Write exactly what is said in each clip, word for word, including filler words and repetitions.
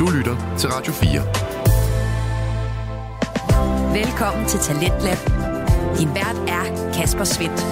Du lytter til Radio fire. Velkommen til Talentlab. Din vært er Kasper Svendt.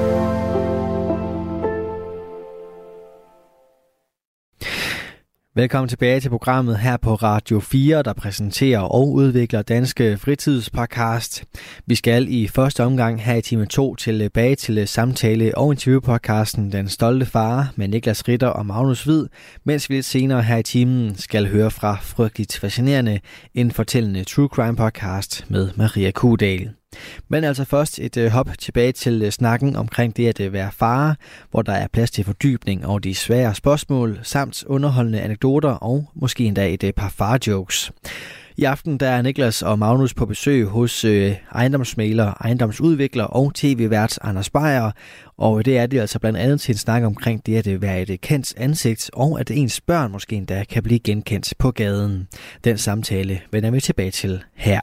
Velkommen tilbage til programmet her på Radio fire, der præsenterer og udvikler Danske Fritidspodcast. Vi skal i første omgang her i time to tilbage til samtale- og interviewpodcasten Den Stolte Far med Niklas Ritter og Magnus Hvid, mens vi lidt senere her i timen skal høre fra Frygteligt Fascinerende, en fortællende true crime podcast med Maria Kudal. Men altså først et øh, hop tilbage til øh, snakken omkring det at øh, være far, hvor der er plads til fordybning og de svære spørgsmål, samt underholdende anekdoter og måske endda et øh, par far-jokes. I aften der er Niklas og Magnus på besøg hos øh, ejendomsmægler, ejendomsudvikler og tv-vært Anders Beyer, og det er det altså blandt andet til en snak omkring det at øh, være et kendt ansigt, og at ens børn måske endda kan blive genkendt på gaden. Den samtale vender vi tilbage til her.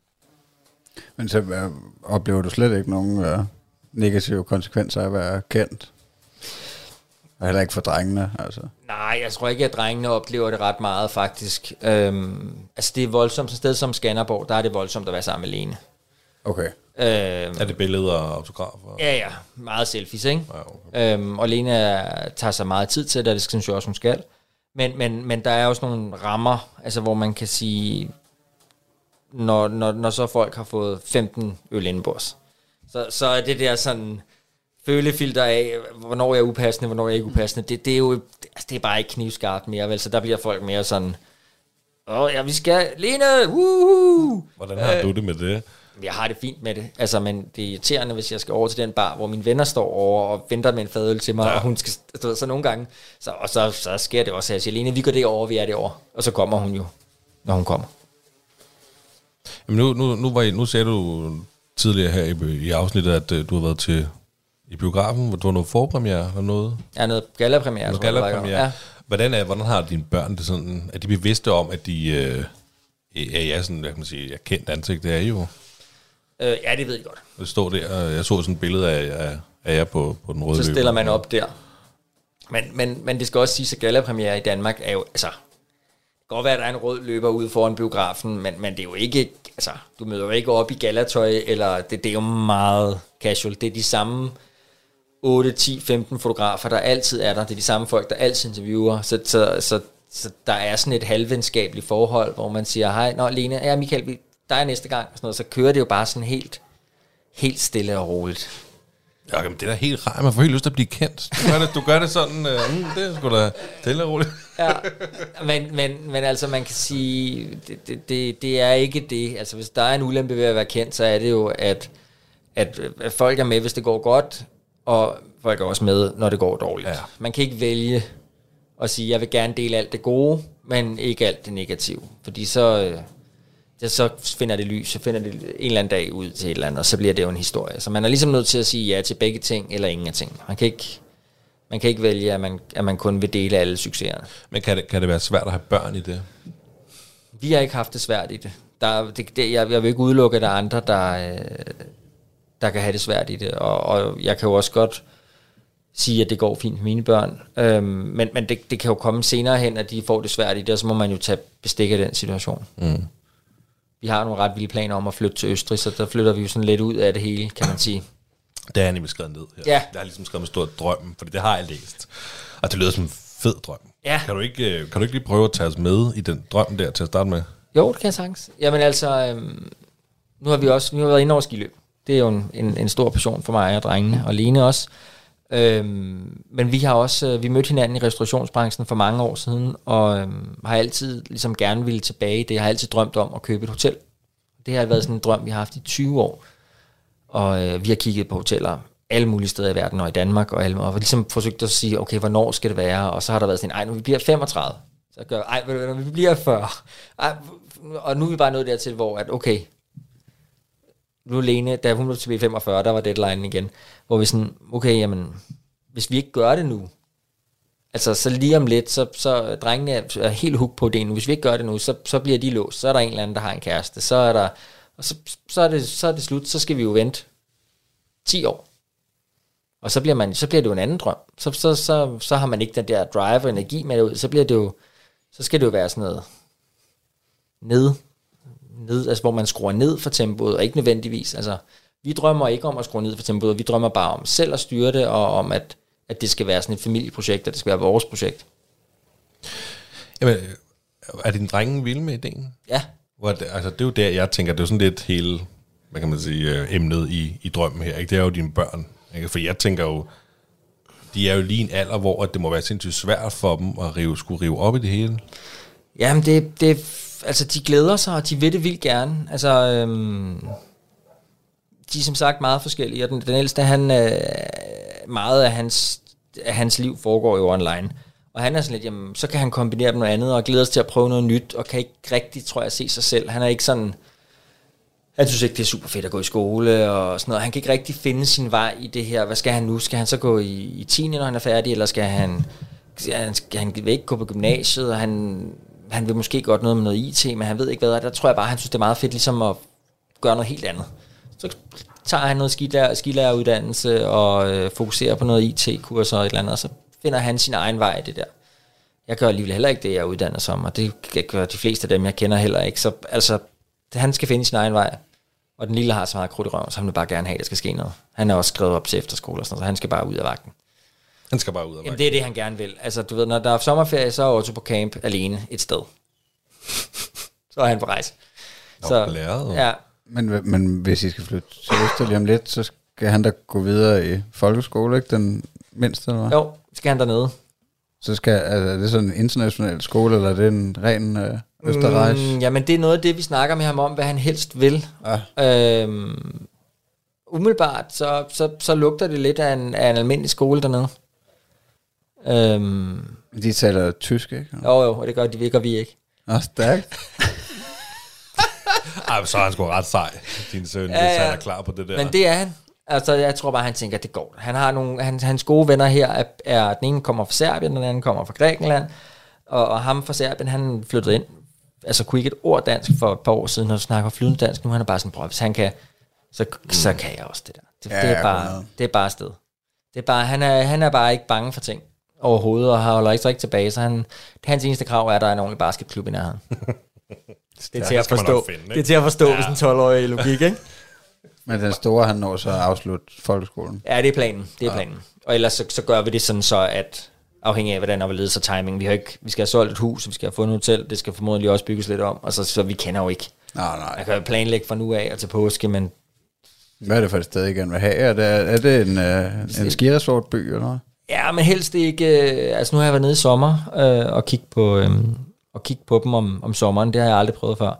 Men så uh, oplever du slet ikke nogen uh, negative konsekvenser af at være kendt? Og heller ikke for drengene, altså? Nej, jeg tror ikke, at drengene oplever det ret meget, faktisk. Øhm, altså, det er voldsomt. Så et sted som Skanderborg, der er det voldsomt at være sammen med Lene. Okay. Øhm, er det billeder og autografer? Ja, ja. Meget selfies, ikke? Ja, okay. øhm, og Lene er, tager sig meget tid til det, og det synes jeg også, hun skal. Men, men, men der er også nogle rammer, altså, hvor man kan sige... Når, når, når så folk har fået femten øl indenbords, så, så er det der sådan følefilter af, hvornår jeg er upassende, hvornår jeg er ikke upassende, det, det er jo altså det er bare ikke knivskarpt mere, vel? Så der bliver folk mere sådan, åh ja, vi skal, Lene, woohoo! Hvordan har øh, du det med det? Jeg har det fint med det, altså, men det er irriterende, hvis jeg skal over til den bar, hvor mine venner står over og venter med en fadøl til mig, ja. Og hun skal, så nogle gange, så, og så, så sker det også, at jeg siger, Lene, vi går det over, vi er det over, og så kommer hun jo, når hun kommer. Jamen nu, nu, nu, var I, nu sagde du tidligere her i, i afsnittet, at uh, du har været til i biografen, hvor du har noget forpremiere eller noget? Ja, noget gallapremiere. Noget gallapremiere. Ja. Hvordan, er, hvordan har dine børn det sådan? Er de bevidste om, at de øh, er ja, sådan, hvad kan man sige, er kendt ansigt? Det er I jo. Øh, ja, det ved jeg godt. Jeg stod der, og jeg så sådan et billede af, af, af jer på, på den røde løber. Så stiller man op der. Men, men, men det skal også siges, at gallapremiere i Danmark er jo, altså... Det kan godt være, at der er en rød løber ude foran biografen, men, men det er jo ikke, altså, du møder jo ikke op i gallatøj, eller det, det er jo meget casual. Det er de samme otte, ti, femten fotografer, der altid er der. Det er de samme folk, der altid interviewer. Så, så, så, så der er sådan et halvvenskabeligt forhold, hvor man siger, hej, nå Lene, ja Michael, vi, der er næste gang. Og sådan noget. Så kører det jo bare sådan helt, helt stille og roligt. Ja, men det er da helt rart. Man får helt lyst til at blive kendt. Du gør det, du gør det sådan, øh, mm, det er sgu da stille og roligt. Ja, men, men, men altså man kan sige, det, det, det, det er ikke det. Altså hvis der er en ulempe ved at være kendt, så er det jo, at, at, at folk er med, hvis det går godt, og folk er også med, når det går dårligt. Ja. Man kan ikke vælge at sige, jeg vil gerne dele alt det gode, men ikke alt det negative. Fordi så... Ja, så finder det lys, så finder det en eller anden dag ud til et eller andet, og så bliver det jo en historie. Så man er ligesom nødt til at sige ja til begge ting, eller ingen af ting. Man kan ikke, man kan ikke vælge, at man, at man kun vil dele alle succeserne. Men kan det, kan det være svært at have børn i det? Vi har ikke haft det svært i det. Der, det, det jeg, jeg vil ikke udelukke, at der er andre, der, der kan have det svært i det. Og, og jeg kan jo også godt sige, at det går fint med mine børn. Øhm, men men det, det kan jo komme senere hen, at de får det svært i det, og så må man jo tage bestik af den situation. Mm. Vi har nogle ret vilde planer om at flytte til Østrig, så der flytter vi jo sådan lidt ud af det hele, kan man sige. Det har jeg nemlig skrevet ned her. Ja. Jeg har ligesom skrevet med stor drøm, for det har jeg læst. Og det lyder som en fed drøm. Ja. Kan du ikke, kan du ikke lige prøve at tage os med i den drøm der til at starte med? Jo, det kan jeg sagtens. Jamen altså, øhm, nu har vi også nu har vi været inde over skiløb. Det er jo en, en, en stor passion for mig og drengene, og Lene også. Øhm, men vi har også, vi mødte hinanden i restaurationsbranchen for mange år siden, og øhm, har altid ligesom gerne ville tilbage. Det jeg har altid drømt om at købe et hotel. Det har været sådan en drøm, vi har haft i tyve år. Og øh, vi har kigget på hoteller alle mulige steder i verden og i Danmark, og, alle, og ligesom forsøgt at sige, okay, hvornår skal det være? Og så har der været sådan, ej, nu vi bliver femogtredive. Så gør ej, når vi bliver fyrre. Ej, og nu er vi bare nået dertil, hvor at, okay, nu Lene, da hun blev til femogfyrre, der var deadline igen, hvor vi sådan, okay, jamen, hvis vi ikke gør det nu, altså så lige om lidt, så, så drengene er helt hooked på det nu. Hvis vi ikke gør det nu, så, så bliver de låst. Så er der en eller anden, der har en kæreste. Så er der, og så, så, er det, så er det slut. Så skal vi jo vente ti år. Og så bliver, man, så bliver det jo en anden drøm. Så, så, så, så har man ikke den der drive og energi med det ud. Så bliver det jo, så skal det jo være sådan noget ned, ned, altså hvor man skruer ned for tempoet, og ikke nødvendigvis, altså vi drømmer ikke om at skrue ned for tempoet, vi drømmer bare om selv at styre det, og om at, at det skal være sådan et familieprojekt, at det skal være vores projekt. Jamen, er dine drenge vilde med ideen? Ja. Hvor det, altså, det er jo der, jeg tænker, det er jo sådan lidt hele, hvad kan man sige, øh, emnet i, i drømmen her, ikke? Det er jo dine børn, ikke? For jeg tænker jo, de er jo lige en alder, hvor det må være sindssygt svært for dem at rive, skulle rive op i det hele. Jamen, det, det, altså de glæder sig, og de vil det vildt gerne. Altså, øhm, de er som sagt meget forskellige, og den, den ældste, han, øh, meget af hans, af hans liv foregår jo online. Og han er sådan lidt, jamen, så kan han kombinere med noget andet, og glæder sig til at prøve noget nyt, og kan ikke rigtig, tror jeg, se sig selv. Han er ikke sådan, han synes ikke, det er super fedt at gå i skole, og sådan noget. Han kan ikke rigtig finde sin vej i det her. Hvad skal han nu? Skal han så gå i, i tiende, når han er færdig, eller skal han, han, skal, han vil ikke gå på gymnasiet, og han, han vil måske godt noget med noget I T, men han ved ikke, hvad der er. Der tror jeg bare, han synes, det er meget fedt ligesom at gøre noget helt andet. Så tager han noget skilærer, skilæreruddannelse, og øh, fokuserer på noget I T-kurser og et eller andet, og så finder han sin egen vej i det der. Jeg gør alligevel heller ikke det, jeg uddanner som, og det gør de fleste af dem, jeg kender heller ikke. Så altså, han skal finde sin egen vej, og den lille har så meget krudt i røven, så han vil bare gerne have, at der skal ske noget. Han er også skrevet op til efterskole og sådan noget, så han skal bare ud af vagten. Han skal bare ud af vagten? Jamen, det er det, han gerne vil. Altså, du ved, når der er sommerferie, så er Otto på camp alene et sted. Så er han på rejse. Nå, så, blæret. Ja. Men, men hvis I skal flytte til Østerlig om lidt, så skal han da gå videre i folkeskole, ikke? Den mindste, eller hvad? Jo, skal han dernede. Så skal, altså, er det sådan en international skole, eller er det en ren øh, Østerrejs? Mm, jamen, det er noget af det, vi snakker med ham om, hvad han helst vil. Ja. Øhm, umiddelbart, så, så, så lugter det lidt af en, af en almindelig skole dernede. Øhm, De taler tysk, ikke? Jo, jo, og det gør, de, det gør vi ikke. Nå, stærkt. Ej, så er han sgu ret sej, din søn, ja, hvis ja. han er klar på det der. Men det er han. Altså, jeg tror bare, han tænker, at det går. Han har nogle, han, hans gode venner her, er, er, den ene kommer fra Serbien, den anden kommer fra Grækenland, og, og ham fra Serbien, han flyttede ind, altså kunne ikke et ord dansk for et par år siden, når du snakker flydende dansk, nu han er bare sådan, bror, hvis han kan, så, mm. så kan jeg også det der. Det, ja, det, er, bare, det er bare sted. Det er bare, han, er, han er bare ikke bange for ting overhovedet, og har holder ikke rigtig tilbage, så han, hans eneste krav er, at der er en ordentlig basketklub i nærheden. Det er til at forstå, finde, det er til at forstå, ja. Hvis en tolv-årig logik, ikke? Men den store, han når så at afslutte folkeskolen. Ja, det er planen. Det er planen. Ja. Og ellers så, så gør vi det sådan så, at afhængig af, hvordan der så timing. Vi har ikke, vi skal have solgt et hus, vi skal have fundet et hotel, det skal formodentlig også bygges lidt om, og så, så vi kender jo ikke. Nej, nej. Jeg kan jo planlægge fra nu af og til påske, men... Hvad er det for et sted, I gerne vil have? Er det, er det en, uh, en skiresortby, eller noget? Ja, men helst ikke... Øh, altså nu har jeg været nede i sommer øh, og kigge på, øh, og kigge på dem om, om sommeren. Det har jeg aldrig prøvet før.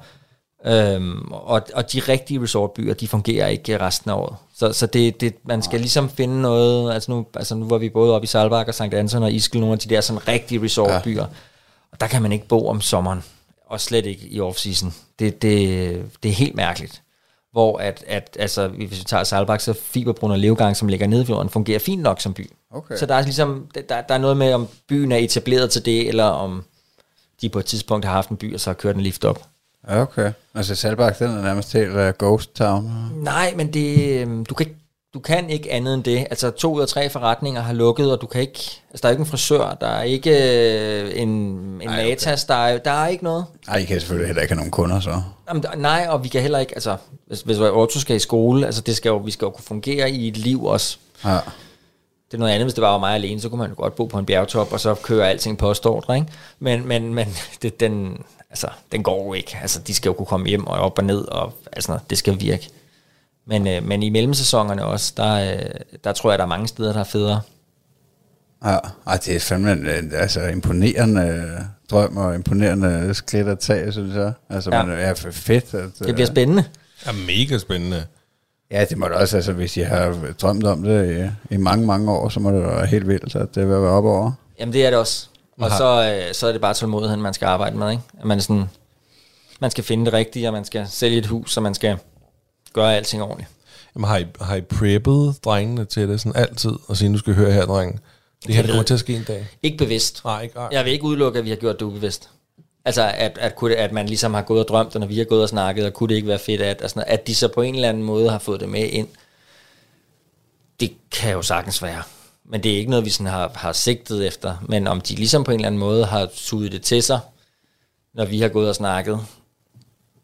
Øhm, og, og de rigtige resortbyer, de fungerer ikke resten af året. Så, så det, det, man skal ligesom finde noget, altså nu, altså nu var vi både oppe i Saalbach og Sankt Anton og Ischgl, nogle af de der sådan rigtige resortbyer, ja. Og der kan man ikke bo om sommeren, og slet ikke i off-season. Det, det, det er helt mærkeligt. Hvor at, at altså, hvis vi tager Saalbach, så Fiberbrunn og Leogang, som ligger nede i fjorden, fungerer fint nok som by. Okay. Så der er ligesom, der, der er noget med, om byen er etableret til det, eller om de på et tidspunkt har haft en by, og så har kørt en lift op. Okay. Altså Saalbach, den er nærmest helt uh, ghost town. Nej, men det, du, kan ikke, du kan ikke andet end det. Altså to ud af tre forretninger har lukket, og du kan ikke... Altså der er ikke en frisør, der er ikke en, en Ej, Matas, okay. der, er, der er ikke noget. Nej, I kan selvfølgelig heller ikke have nogen kunder, så... Jamen, nej, og vi kan heller ikke... Altså, hvis, hvis Otto skal i skole, altså det skal jo, vi skal jo kunne fungere i et liv også. Ja. Det er noget andet, hvis det bare var mig alene, så kunne man jo godt bo på en bjergtop, og så køre alting på postordre, ikke? Men, men, men det, den... Altså, den går jo ikke. Altså, de skal jo kunne komme hjem og op og ned, og altså, det skal virke. Men, øh, men i mellemsæsonerne også, der, øh, der tror jeg, der er mange steder, der er federe. Ja, ej, det er fandme en altså, imponerende drøm og imponerende skridt at tage, synes jeg. Altså, ja. Man er fedt. At, det bliver spændende. Ja, mega spændende. Ja, det må det også, altså, hvis I har drømt om det i, i mange, mange år, så må det være helt vildt, at det vil være op over. Jamen, det er det også. Og så, øh, så er det bare tålmodigheden, man skal arbejde med, ikke? At man, er sådan, man skal finde det rigtige, og man skal sælge et hus, og man skal gøre alting ordentligt. Jamen, har I, har I preppet drengene til det sådan altid, og sige, nu skal I høre her, drenge? Det her, det kommer til at ske en dag. Ikke bevidst. Nej, ikke. Nej. Jeg vil ikke udelukke, at vi har gjort det ubevidst. Altså, at, at, at, at man ligesom har gået og drømt, og når vi har gået og snakket, og kunne det ikke være fedt, at, altså, at de så på en eller anden måde har fået det med ind. Det kan jo sagtens være. Men det er ikke noget, vi sådan har, har sigtet efter. Men om de ligesom på en eller anden måde har suget det til sig, når vi har gået og snakket,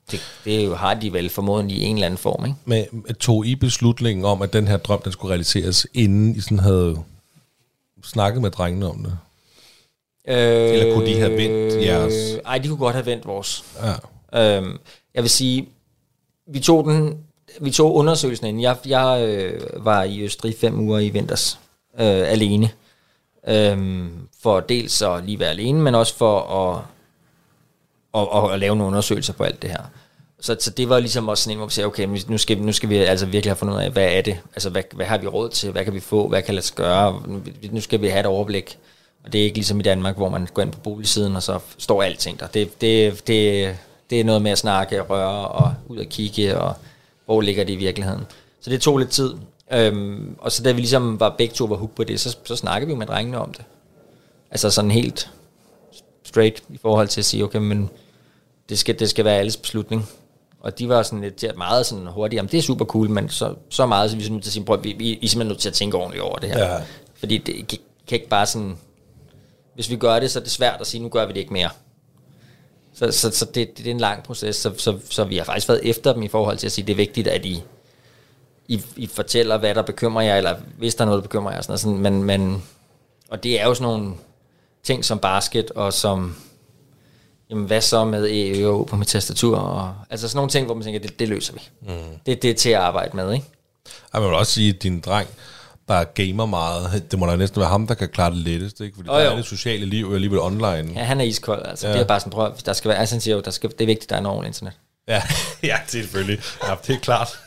det, det jo, har de vel formodentlig i en eller anden form, ikke? Men tog I beslutningen om, at den her drøm, den skulle realiseres, inden I sådan havde snakket med drengene om det? Øh, Eller kunne de have vendt jeres? Nej, de kunne godt have vendt vores. Ja. Øhm, jeg vil sige, vi tog den, vi tog undersøgelsen inden. Jeg, jeg øh, var i Østrig fem uger i vinters øh, alene. Øhm, for dels at lige være alene, men også for at, at, at, at lave nogle undersøgelser på alt det her. Så, så det var ligesom også sådan en, hvor vi sagde, okay, nu skal, nu skal vi altså virkelig have fundet ud af, hvad er det? Altså, hvad, hvad har vi råd til? Hvad kan vi få? Hvad kan lade sig gøre? Nu skal vi have et overblik. Og det er ikke ligesom i Danmark, hvor man går ind på boligsiden, og så står alting der. Det, det, det, det er noget med at snakke, røre og ud og kigge, og hvor ligger det i virkeligheden. Så det tog lidt tid. Øhm, og så da vi ligesom var begge to var hooked på det, så, så snakkede vi med drengene om det. Altså sådan helt straight i forhold til at sige, okay, men det skal, det skal være alles beslutning. Og de var sådan lidt meget sådan hurtigt, jamen det er super cool, men så, så meget, så vi er nødt til at sige, prøv, vi, vi, I er simpelthen nødt til at tænke ordentligt over det her. Ja. Fordi det kan, kan ikke bare sådan, hvis vi gør det, så er det svært at sige, nu gør vi det ikke mere. Så, så, så det, det er en lang proces, så, så, så vi har faktisk været efter dem i forhold til at sige, det er vigtigt, at I, I, I fortæller, hvad der bekymrer jer, eller hvis der er noget, der bekymrer jer. Sådan, sådan, men, men, og det er jo sådan nogle ting som basket, og som, jamen hvad så med E Ø på mit tastatur, og, altså sådan nogle ting, hvor man tænker, det, det løser vi. Mm. Det, det er til at arbejde med, ikke? Jeg vil også sige, at din dreng, der gamer meget, det må da næsten være ham, der kan klare det lettest, ikke? Fordi oh, der er det sociale liv, alligevel online. Ja, han er iskold, altså. Ja. Det er bare sådan, prøv, der skal være, altså han siger jo, der skal, det er vigtigt, der er en ordentlig internet. Ja, ja, selvfølgelig. Ja, det er klart.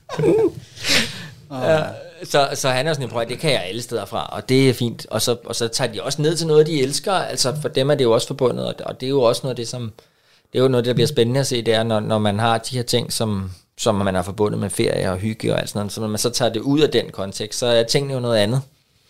ja, så, så han er sådan, prøv, det kan jeg alle steder fra, og det er fint. Og så, og så tager de også ned til noget, de elsker, altså for dem er det jo også forbundet, og, og det er jo også noget af det, som, det er jo noget, der bliver spændende at se, det er, når, når man har de her ting, som, som man har forbundet med ferie og hygge og alt sådan noget, så når man så tager det ud af den kontekst, så er tingene jo noget andet.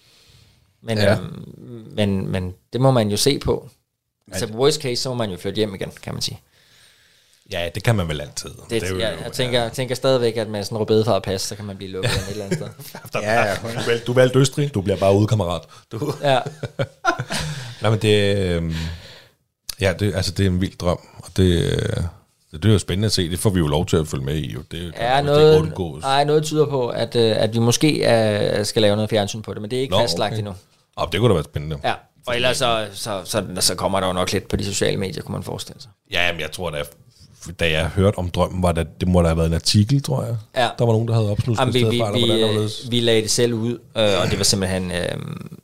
Men, ja. øhm, men, men det må man jo se på. Altså på worst case, så må man jo flytte hjem igen, kan man sige. Ja, det kan man vel altid. Det, det er jo, ja, jeg, jo, tænker, ja. jeg tænker stadigvæk, at med sådan en rødbedefarvepas, så kan man blive lukket et eller andet sted. ja, ja. Du, valg, du valgte Østrig, du bliver bare udekammerat. Du. Ja. Nej, men det, øh, ja, det, altså, det er en vild drøm, og det, øh, det er jo spændende at se. Det får vi jo lov til at følge med i. Jo. Det ja, kan noget, ikke nej, noget tyder på, at, at vi måske er, skal lave noget fjernsyn på det, men det er ikke Nå, fastlagt okay. endnu. Oh, det kunne da være spændende. Ja. Og ellers så, så, så, så kommer der jo nok lidt på de sociale medier, kunne man forestille sig. Ja, men jeg tror, at da jeg hørte om drømmen, var det, det må da have været en artikel, tror jeg. Ja. Der var nogen, der havde opsnusket vi, vi, vi, vi, vi lagde det selv ud, øh, og det var simpelthen... Øh,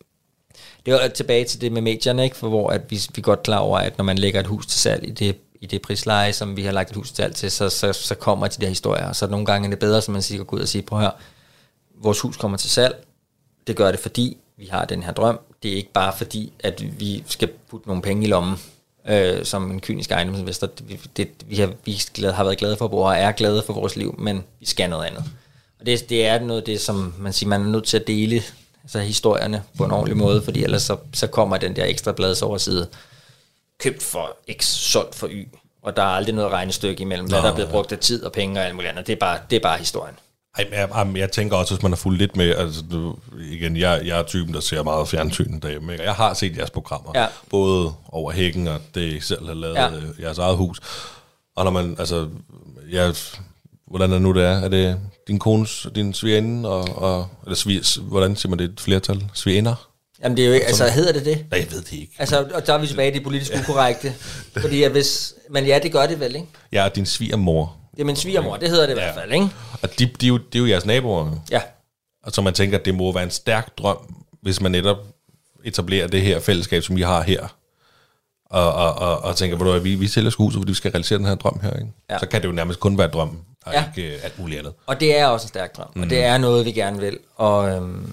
det var tilbage til det med medierne, ikke? For hvor at vi, vi er godt klar over, at når man lægger et hus til salg i det, i det prisleje, som vi har lagt et hus til salg til, så, så, så kommer de der historier. Så nogle gange er det bedre, som man siger, at gå ud og sige, prøv her, vores hus kommer til salg. Det gør det, fordi vi har den her drøm. Det er ikke bare fordi, at vi skal putte nogle penge i lommen, øh, som en kynisk ejendomsinvestor. Det, det, vi har, vi har været glade for at bruge, og er glade for vores liv, men vi skal noget andet. Og det, det er noget af det, som man siger, man er nødt til at dele altså historierne på en ordentlig måde, fordi ellers så, så kommer den der ekstra blades overside købt for X, solgt for Y, og der er aldrig noget regnestykke imellem, hvad Nå, der er blevet brugt af tid og penge og alt muligt andet. Det er bare, det er bare historien. Ej, jeg, jeg tænker også, hvis man har fulgt lidt med, altså du, igen, jeg, jeg er typen, der ser meget fjernsyn derhjemme, ikke? Jeg har set jeres programmer, ja. Både over hækken og det, I selv har lavet, ja. Jeres eget hus. Og når man, altså, jeg, hvordan er det nu det er? Er det din kones, din svigerinde, og, og eller svigers, hvordan siger man det, et flertal? Svigerinder? Jamen det er jo ikke, altså hedder det det? Nej, jeg ved det ikke. Altså, og der er vi tilbage i det politisk ukorrekte. Fordi at hvis, men ja, det gør det vel, ikke? Ja, og din svigermor. Det er min svigermor, det hedder det i ja. hvert fald, ikke? Og de, de, de, de er jo jeres naboer. Ja. Og så man tænker, at det må være en stærk drøm, hvis man netop etablerer det her fællesskab, som vi har her. Og, og, og, og tænker, hvor vi, vi sælger huset, fordi vi skal realisere den her drøm her, ikke? Ja. Så kan det jo nærmest kun være drøm, og ja. ikke uh, alt muligt andet. Og det er også en stærk drøm, mm. og det er noget, vi gerne vil. Og, øhm,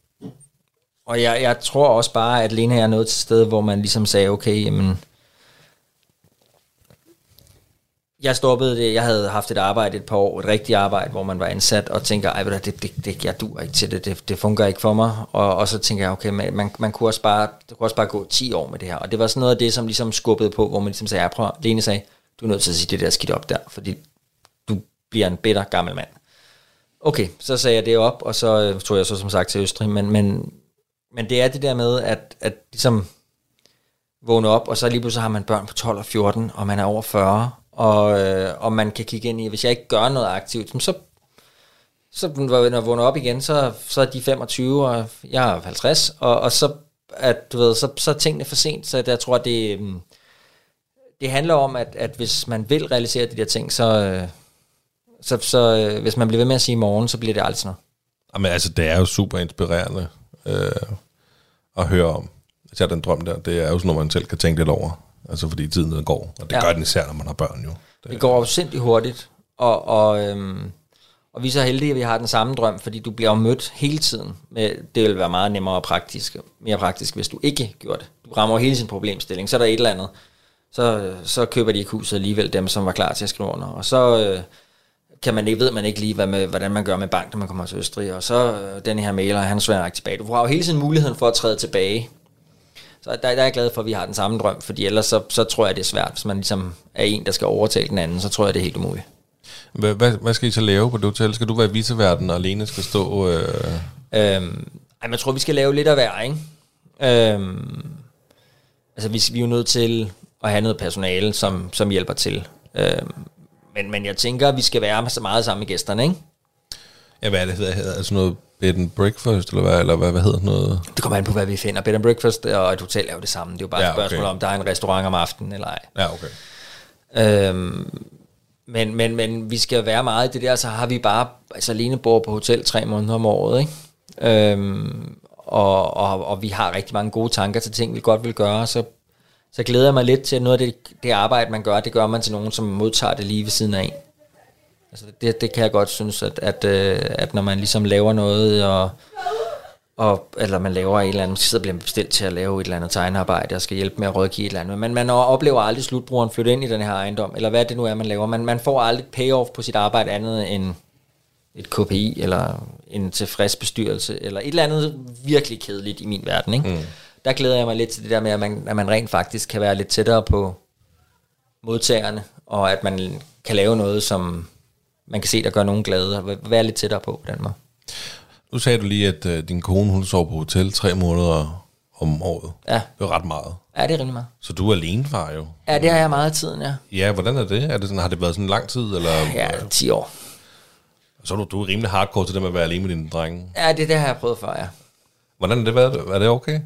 og jeg, jeg tror også bare, at Lena er nået til et sted, hvor man ligesom sagde, okay, jamen... Jeg stoppede det, jeg havde haft et arbejde et par år, et rigtigt arbejde, hvor man var ansat, og tænker, ej, det, det, det, jeg duer ikke til det, det, det fungerer ikke for mig. Og, og så tænker jeg, okay, man, man kunne også bare, det kunne også bare gå ti år med det her. Og det var sådan noget af det, som ligesom skubbede på, hvor man ligesom sagde, jeg prøver, Lene sagde, du er nødt til at sige det der skidt op der, fordi du bliver en bitter gammel mand. Okay, så sagde jeg det op, og så tog jeg så som sagt til Østrig, men, men, men det er det der med, at, at ligesom vågne op, og så lige pludselig har man børn på tolv og fjorten, og man er over fyrre, og, øh, og man kan kigge ind i, hvis jeg ikke gør noget aktivt, så, så når jeg vågner op igen, så, så er de femogtyve, og jeg er halvtreds, og, og så, at, du ved, så, så er tingene for sent, så jeg tror, det, det handler om, at, at hvis man vil realisere de der ting, så, så, så hvis man bliver ved med at sige i morgen, så bliver det aldrig sådan noget. Jamen altså, det er jo super inspirerende øh, at høre om. Altså den drøm der, det er jo sådan noget, man selv kan tænke lidt over. Altså fordi tiden går, og det ja. gør den især, når man har børn jo. Det, det går jo sindssygt hurtigt, og, og, øhm, og vi er så heldige, at vi har den samme drøm, fordi du bliver jo mødt hele tiden. Med, det vil være meget nemmere og praktisk, mere praktisk, hvis du ikke gjorde det. Du rammer hele sin problemstilling, så er der et eller andet. Så, så køber de ikke huset alligevel, dem som var klar til at skrive under. Og så øh, kan man ikke, ved man ikke lige, hvad med, hvordan man gør med bank, når man kommer til Østrig. Og så øh, den her mailer, han sværer ikke tilbage. Du har jo hele tiden muligheden for at træde tilbage. Så der, der er jeg glad for, at vi har den samme drøm, fordi ellers så, så tror jeg, det er svært. Hvis man ligesom er en, der skal overtale den anden, så tror jeg, det er helt umuligt. Hvad, hvad, hvad skal I så lave på det hotel? Skal du være i viceverden, og alene skal stå... Øh... Øhm, jeg tror, vi skal lave lidt af hver, ikke? Øhm, altså, vi, vi er jo nødt til at have noget personale, som, som hjælper til. Øhm, men, men jeg tænker, at vi skal være så meget sammen med gæsterne, ikke? Ja, hvad er det hedder? hedder altså noget bed and breakfast, eller hvad, eller hvad, hvad hedder noget? Det kommer an på, hvad vi finder. Bed and breakfast og et hotel er jo det samme. Det er jo bare ja, et spørgsmål okay. om, der er en restaurant om aftenen, eller ej. Ja, okay. Øhm, men, men, men vi skal være meget i det der, så har vi bare altså alene bor på hotel tre måneder om året, ikke? Øhm, og, og, og vi har rigtig mange gode tanker til ting, vi godt vil gøre, så, så glæder jeg mig lidt til, at noget af det, det arbejde, man gør, det gør man til nogen, som modtager det lige ved siden af. Altså det, det kan jeg godt synes, at, at, at når man ligesom laver noget, og, og, eller man laver et eller andet, man sidder og bliver bestilt til at lave et eller andet tegnearbejde, og skal hjælpe med at rådgive et eller andet, men man oplever aldrig slutbrugeren flytte ind i den her ejendom, eller hvad det nu er, man laver. Man, man får aldrig payoff på sit arbejde andet end et K P I, eller en tilfreds bestyrelse, eller et eller andet virkelig kedeligt i min verden, ikke? Mm. Der glæder jeg mig lidt til det der med, at man, at man rent faktisk kan være lidt tættere på modtagerne, og at man kan lave noget, som man kan se, der gør nogen glade, og være lidt tættere på på den måde. Nu sagde du lige, at uh, din kone, hun sov på hotel tre måneder om året. Ja. Det er ret meget. Ja, det er rimelig meget. Så du er alenefar jo. Ja, det har jeg meget af tiden, ja. Ja, hvordan er det? Er det sådan, har det været sådan en lang tid? Eller? Ja, ti år. Så er du, du er rimelig hardcore til det med at være alene med dine drenge. Ja, det, det har jeg prøvet før, ja. Hvordan er det været? Er det okay?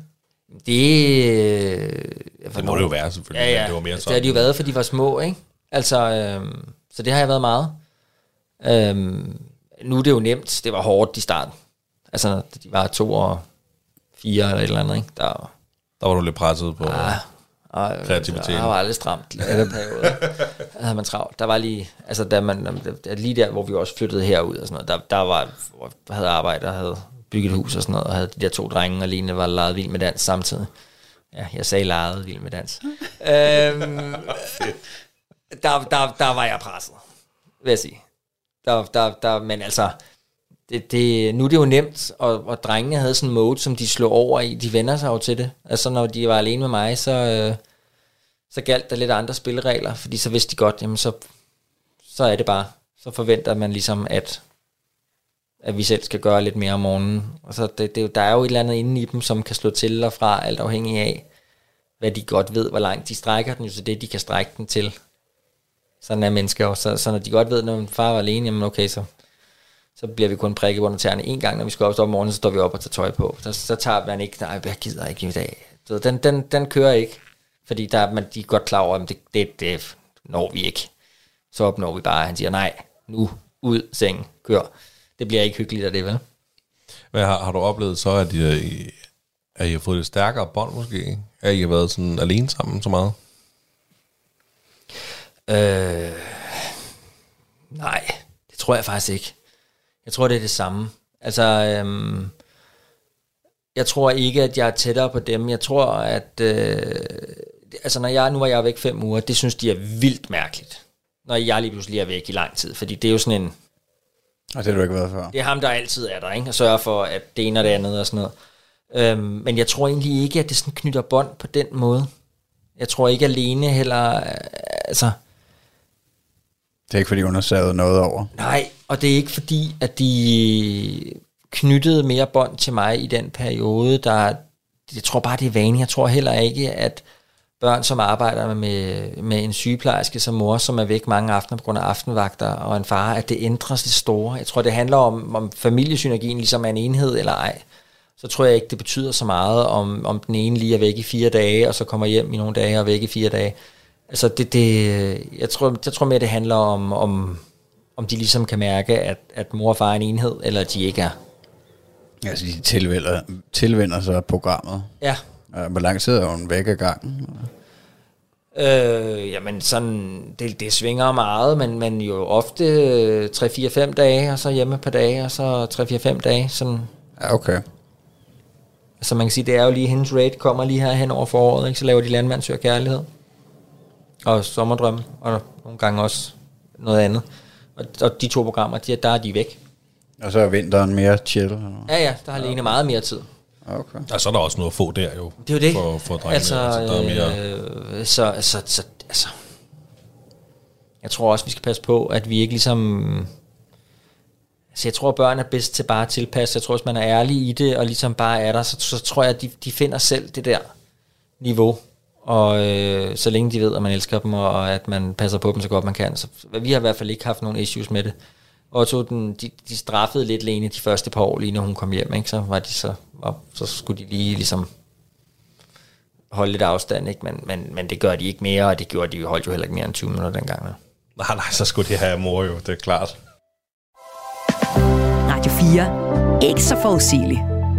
Det... Det må det jo være, selvfølgelig. Ja, ja. Det var mere sådan. Det har de jo været, for de var små, ikke? Altså, øhm, så det har jeg været meget. Øhm, nu er det jo nemt. Det var hårdt i starten. Altså, de var to og fire eller et eller andet, ikke? Der, der var du lidt presset på ah, og, kreativiteten. Der var aldrig stramt. Der havde man travlt. Der var lige, altså, da man, lige der, hvor vi også flyttede herud og sådan noget, der, der var, havde arbejde og havde bygget et hus og sådan noget, og havde de der to drenge, og Line var leget vild med dans samtidig. Ja, jeg sagde leget vild med dans. øhm, der, der, der var jeg presset, vil jeg sige. Der, der, der, men altså, det, det, nu er det jo nemt, og, og drengene havde sådan en mode, som de slog over i. De vender sig jo til det. Altså, når de var alene med mig, så, øh, så galt der lidt andre spilleregler, fordi så vidste de godt, jamen så, så er det bare. Så forventer man ligesom, at, at vi selv skal gøre lidt mere om morgenen. Og så det, det, der er jo et eller andet inde i dem, som kan slå til og fra, alt afhængig af, hvad de godt ved, hvor langt de strækker den, jo så det, de kan strække den til. Sådan er mennesker også. Så, så når de godt ved, når min far var alene, jamen okay, så, så bliver vi kun prikket under tæerne en gang, når vi skal op om morgenen, så står vi op og tager tøj på. Så, så tager man ikke, nej, jeg gider ikke i dag. Så den, den, den kører ikke, fordi der, man, de er godt klar over, at det, det, det når vi ikke. Så opnår vi bare, han siger, nej, nu, ud, seng, kør. Det bliver ikke hyggeligt af det, vel? Men har, har du oplevet så, at I, at I har fået et stærkere bånd måske? At I har været sådan alene sammen så meget? Øh, nej, det tror jeg faktisk ikke. Jeg tror, det er det samme. Altså, øhm, jeg tror ikke, at jeg er tættere på dem. Jeg tror, at øh, altså, når jeg, nu var jeg væk fem uger, det synes de er vildt mærkeligt. Når jeg lige pludselig er væk i lang tid, fordi det er jo sådan en... Og det har du ikke været før. Det er ham, der altid er der, ikke? Og sørger for, at det ene og det andet og sådan noget. Øhm, men jeg tror egentlig ikke, at det sådan knytter bånd på den måde. Jeg tror ikke alene heller... Øh, altså... Det er ikke, fordi hun har savet noget over. Nej, og det er ikke fordi, at de knyttede mere bånd til mig i den periode, der... Jeg tror bare, det er vane. Jeg tror heller ikke, at børn, som arbejder med, med en sygeplejerske som mor, som er væk mange aftener på grund af aftenvagter, og en far, at det ændres det store. Jeg tror, det handler om, om familiesynergien ligesom er en enhed eller ej. Så tror jeg ikke, det betyder så meget, om, om den ene lige er væk i fire dage, og så kommer hjem i nogle dage og væk i fire dage. Altså, det, det, jeg, tror, jeg tror mere, det handler om, om, om de ligesom kan mærke, at, at mor og far er en enhed, eller at de ikke er. Altså, de tilvælger, tilvender sig programmet. Ja. Hvor lang tid er hun væk ad gangen? Øh, jamen sådan, det, det svinger meget, men, men jo ofte tre fire fem dage, og så hjemme på dage, og så tre fire fem dage. Sådan. Ja, okay. Så man kan sige, det er jo lige, hendes rate kommer lige her hen over foråret, ikke? Så laver de Landmand søger kærlighed. Og Sommerdrømme, og nogle gange også noget andet. Og, og de to programmer, de, der er de væk. Og så er vinteren mere chill? Eller? Ja, ja, der har Lene meget mere tid. Okay. Og så er der også noget at få der jo. Det er jo det. For, for drengene. Altså, altså, der er mere... øh, så, så, så, altså, jeg tror også, vi skal passe på, at vi ikke ligesom... Altså, jeg tror, at børn er bedst til bare at tilpasse. Jeg tror, hvis man er ærlig i det, og ligesom bare er der, så, så tror jeg, at de, de finder selv det der niveau. Og øh, så længe de ved, at man elsker dem, og at man passer på dem så godt man kan. Så vi har i hvert fald ikke haft nogen issues med det. Og så den, de, de straffede lidt Lene de første par år, lige når hun kom hjem, ikke? Så var de så, og så skulle de lige ligesom holde lidt afstand, ikke? Men, men, men det gør de ikke mere, og det gjorde de holdt jo heller ikke mere end tyve minutter dengang. Ja. Nej, nej, så skulle det have mor jo, det er klart. Radio fire. Ikke så forudsigeligt.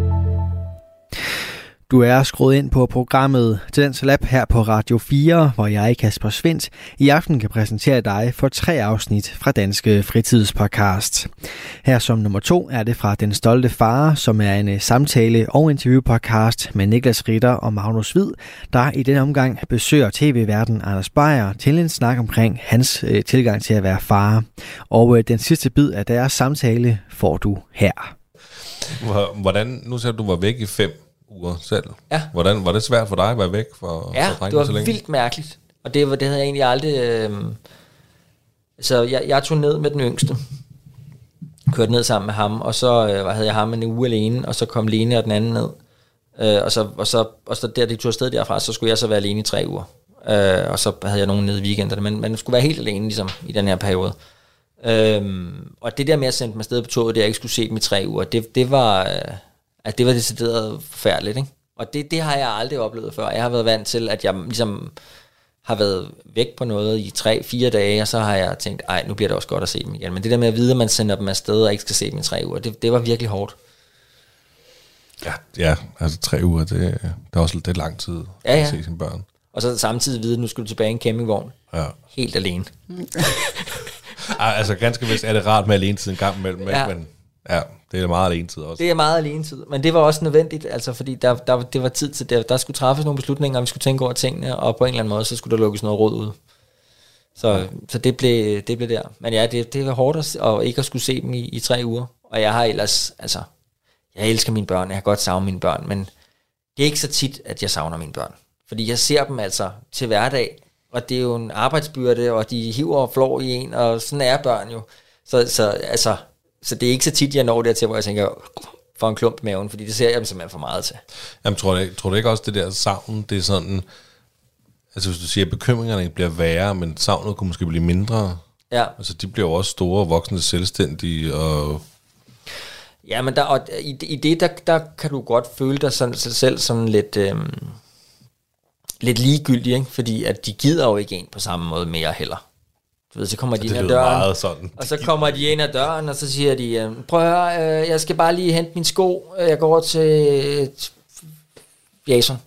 Du er skruet ind på programmet Tendens Lab her på Radio fire, hvor jeg, Kasper Svindt, i aften kan præsentere dig for tre afsnit fra Danske Fritidspodcast. Her som nummer to er det fra Den Stolte Far, som er en samtale- og interviewpodcast med Niklas Ritter og Magnus Hvid, der i denne omgang besøger tv-værten Anders Beyer til en snak omkring hans øh, tilgang til at være far. Og øh, den sidste bid af deres samtale får du her. Hvordan, nu sagde du, du var væk i fem uger selv. Ja. Hvordan var det svært for dig at være væk for, ja, for det var så længe? vildt mærkeligt. Og det, var, det havde jeg egentlig aldrig... Øh, så jeg, jeg tog ned med den yngste. Kørte ned sammen med ham, og så øh, havde jeg ham en uge alene, og så kom Lene og den anden ned. Øh, og, så, og, så, og så der de tog afsted derfra, så skulle jeg så være alene i tre uger. Øh, og så havde jeg nogen nede i weekenderne, men man skulle være helt alene ligesom, i den her periode. Øh, og det der med at sende mig afsted på toget, det jeg ikke skulle se dem i tre uger, det, det var... Øh, at det var decideret forfærdeligt, ikke? Og det, det har jeg aldrig oplevet før. Jeg har været vant til, at jeg ligesom har været væk på noget i tre, fire dage, og så har jeg tænkt, ej, nu bliver det også godt at se dem igen. Men det der med at vide, at man sender dem afsted og ikke skal se dem i tre uger, det, det var virkelig hårdt. Ja, ja, altså tre uger, det, det er også lidt lang tid ja, ja. at se sine børn. Og så samtidig vide, at nu skulle du tilbage i en campingvogn. Ja. Helt alene. Altså ganske vist er det rart med alenetid en gang imellem, ja. Men ja, det er meget alenetid også. Det er meget alenetid, men det var også nødvendigt, altså fordi der, der, det var tid til, der, der skulle træffes nogle beslutninger, og vi skulle tænke over tingene, og på en eller anden måde, så skulle der lukkes noget råd ud. Så, ja. så det, blev, det blev der. Men ja, det, det var hårdt at, og ikke at skulle se dem i, i tre uger. Og jeg har ellers, altså, jeg elsker mine børn, jeg har godt savnet mine børn, men det er ikke så tit, at jeg savner mine børn. Fordi jeg ser dem altså til hverdag, og det er jo en arbejdsbyrde, og de hiver og flår i en, og sådan er børn jo. Så, så altså... Så det er ikke så tit, jeg når dertil, hvor jeg tænker, for en klump i maven, fordi det ser jeg dem simpelthen for meget til. Jamen, tror du, tror du ikke også, det der savn, det er sådan, altså hvis du siger, at bekymringerne bliver værre, men savnet kunne måske blive mindre. Ja. Altså, de bliver jo også store, voksne, selvstændige, og... Ja, men der, og i, i det, der, der kan du godt føle dig sådan, selv sådan lidt, øhm, lidt ligegyldig, ikke? Fordi at de gider jo ikke en på samme måde mere heller. Du ved, så kommer de ind ad døren, sådan. og så kommer de ind ad døren, og så siger de, prøv at høre, øh, jeg skal bare lige hente min sko, jeg går over til Jason.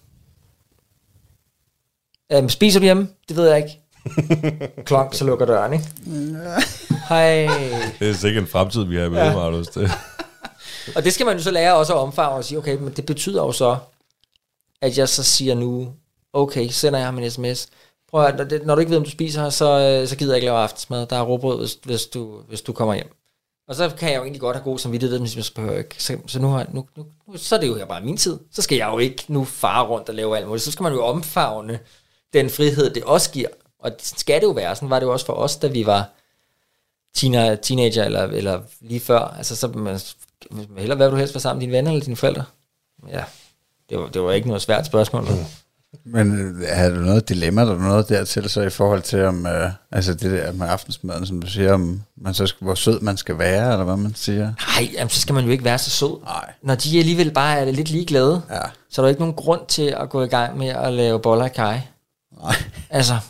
Øh, spiser du hjemme? Det ved jeg ikke. Klonk, så lukker døren, ikke? Hej. Det er sikkert en fremtid, vi har med, ja. Magnus. Det. Og det skal man jo så lære også at omfavne og sige, okay, men det betyder jo så, at jeg så siger nu, okay, sender jeg ham en sms. Prøv at, når du ikke ved, om du spiser, så, så gider jeg ikke lave aftensmad. Der er råbrød, hvis, hvis, du, hvis du kommer hjem. Og så kan jeg jo egentlig godt have god samvittighed, men så behøver jeg ikke. Så, så nu, har, nu, nu, så er det jo her bare min tid. Så skal jeg jo ikke nu fare rundt og lave alt muligt. Så skal man jo omfavne den frihed, det også giver. Og skal det jo være. Sådan var det jo også for os, da vi var teenager, teenager eller, eller lige før. Altså, så man, hellere hvad vil du helst være sammen med dine venner eller dine forældre? Ja, det var, det var ikke noget svært spørgsmål. Mm. Men er der noget dilemma, der er noget dertil, så i forhold til, om, øh, altså det der med aftensmaden, som du siger, om man så skal, hvor sød man skal være, eller hvad man siger? Nej, jamen, så skal man jo ikke være så sød. Nej. Når de alligevel bare er lidt ligeglade, Ja. så er der ikke nogen grund til at gå i gang med at lave boller i kaj. Nej. Altså,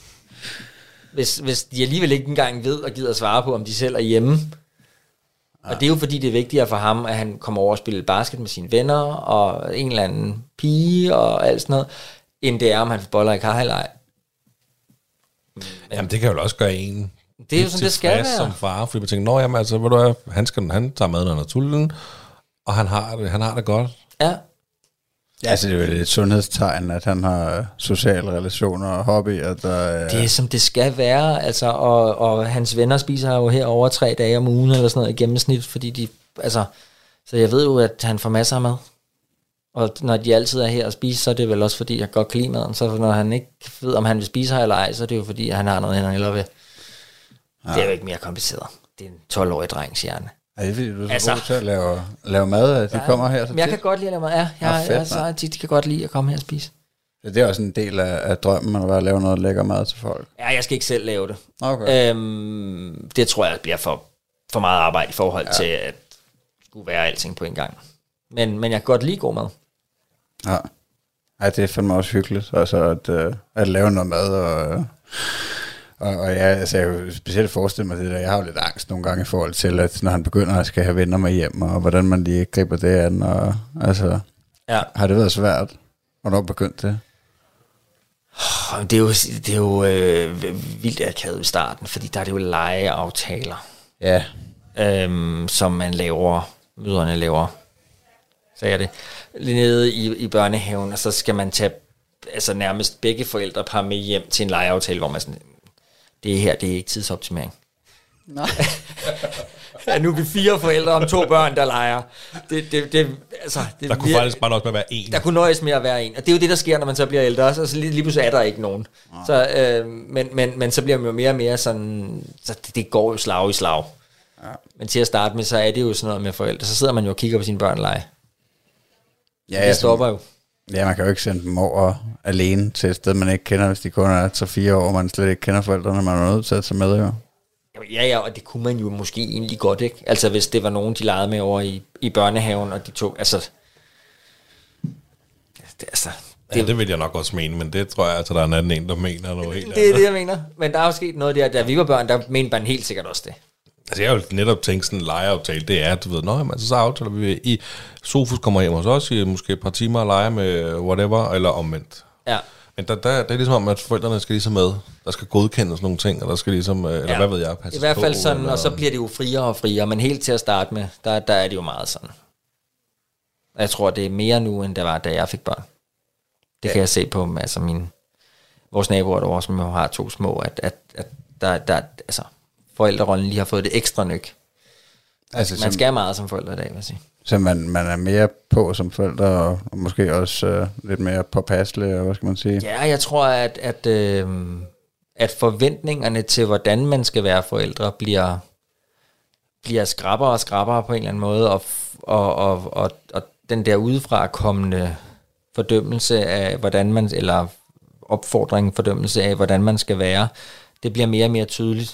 hvis, hvis de alligevel ikke engang ved og gider at svare på, om de selv er hjemme. Ja. Og det er jo fordi, det er vigtigere for ham, at han kommer over og spiller basket med sine venner, og en eller anden pige, og alt sådan noget, end det er, om han får boller i kaj eller ej. Men, jamen, det kan jo også gøre en... Det er jo sådan, det skal være. Som far, fordi man tænker, nå jamen, altså, ved du hvad, han, skal, han tager maden, når han er sulten, og han har det, han har det godt. Ja. Ja, altså det er jo et sundhedstegn, at han har sociale relationer og hobbyer. Der, det er som det skal være, altså, og, og hans venner spiser jo her over tre dage om ugen, eller sådan noget i gennemsnit, fordi de, altså, så jeg ved jo, at han får masser af mad. Og når de altid er her og spiser, så er det vel også fordi, jeg godt kan lide maden. Så når han ikke ved, om han vil spise her eller ej, så er det jo fordi, han har noget, han eller ved. Ja. Det er jo ikke mere kompliceret. Det er en tolv-årig drengs hjerne. Ja, det er fordi, du er så altså, god til at lave, lave mad, at de ja, kommer her så jeg tit. Kan godt lide at lave mad, ja. Jeg, ja, fedt, jeg, de, de kan godt lide at komme her og spise. Ja, det er også en del af, af drømmen, at bare lave noget lækker mad til folk. Ja, jeg skal ikke selv lave det. Okay. Øhm, det tror jeg bliver for, for meget arbejde i forhold ja. til, at skulle være alting på en gang. Men, men jeg kan godt lide god mad. Ja. Ej, det er fandme også hyggeligt, altså at, uh, at lave noget mad, og, og, og ja, altså, jeg kan specielt forestille mig det der, jeg har jo lidt angst nogle gange i forhold til, at når han begynder at skal have venner med hjem, og hvordan man lige griber det an, og altså, ja. Har det været svært? Hvornår begyndte det? Det er jo, det er jo øh, vildt akavet i starten, fordi der er det jo legeaftaler, ja. øhm, som man laver, mødrene laver, sagde jeg det, nede i, i børnehaven, og så skal man tage altså nærmest begge forældrepar med hjem til en legeaftale, hvor man sådan, det her, det er ikke tidsoptimering. Nej. Ja, nu er vi fire forældre om to børn, der leger. Det, det, det, altså, det der kunne virker, faktisk bare nøjes med at være en. Der kunne nøjes med at være en. Og det er jo det, der sker, når man så bliver ældre. Så lige, lige pludselig er der ikke nogen. Så, øh, men, men, men så bliver man jo mere og mere sådan, så det, det går jo slag i slag. Ja. Men til at starte med, så er det jo sådan noget med forældre. Så sidder man jo og kigger på sine børn lege. Ja, det stopper jo. Ja, man kan jo ikke sende dem over alene til et sted, man ikke kender, hvis de kun er tre fire år, og man slet ikke kender forældrene, man er nødt til at tage med, jo. Ja, ja, og det kunne man jo måske egentlig godt, ikke? Altså, hvis det var nogen, de legede med over i, i børnehaven, og de tog, altså... Det, altså det, ja, det vil jeg nok også mene, men det tror jeg, at der er en anden en, der mener noget helt andet. Det er det, jeg mener. Men der er jo sket noget der, da vi var børn, der mente man helt sikkert også det. Altså, jeg har jo netop tænkt sådan en legeaftale, det er, du ved, nå, jamen, altså, så aftaler vi i Sofus kommer hjem hos os i måske et par timer og leger med whatever, eller omvendt. Ja. Men der, der, det er ligesom om, at forældrene skal ligesom med, der skal godkendes nogle ting, og der skal ligesom, eller ja. Hvad ved jeg, passe i hvert fald på, sådan, eller, og så bliver det jo friere og friere, men helt til at starte med, der, der er det jo meget sådan. Jeg tror, det er mere nu, end det var, da jeg fik børn. Det ja. Kan jeg se på, altså mine, vores naboer derovre, som jo har to små, at, at, at der, der, altså, forældrerollen lige har fået det ekstra nyk. Altså, man som, skal meget som forældre i dag, vil jeg sige. Så man, man er mere på som forældre, og, og måske også øh, lidt mere påpasselig, og hvad skal man sige? Ja, jeg tror, at, at, øh, at forventningerne til, hvordan man skal være forældre, bliver, bliver skrappere og skrappere på en eller anden måde, og, og, og, og, og den der udefra kommende fordømmelse af, hvordan man, eller opfordring, fordømmelse af, hvordan man skal være, det bliver mere og mere tydeligt.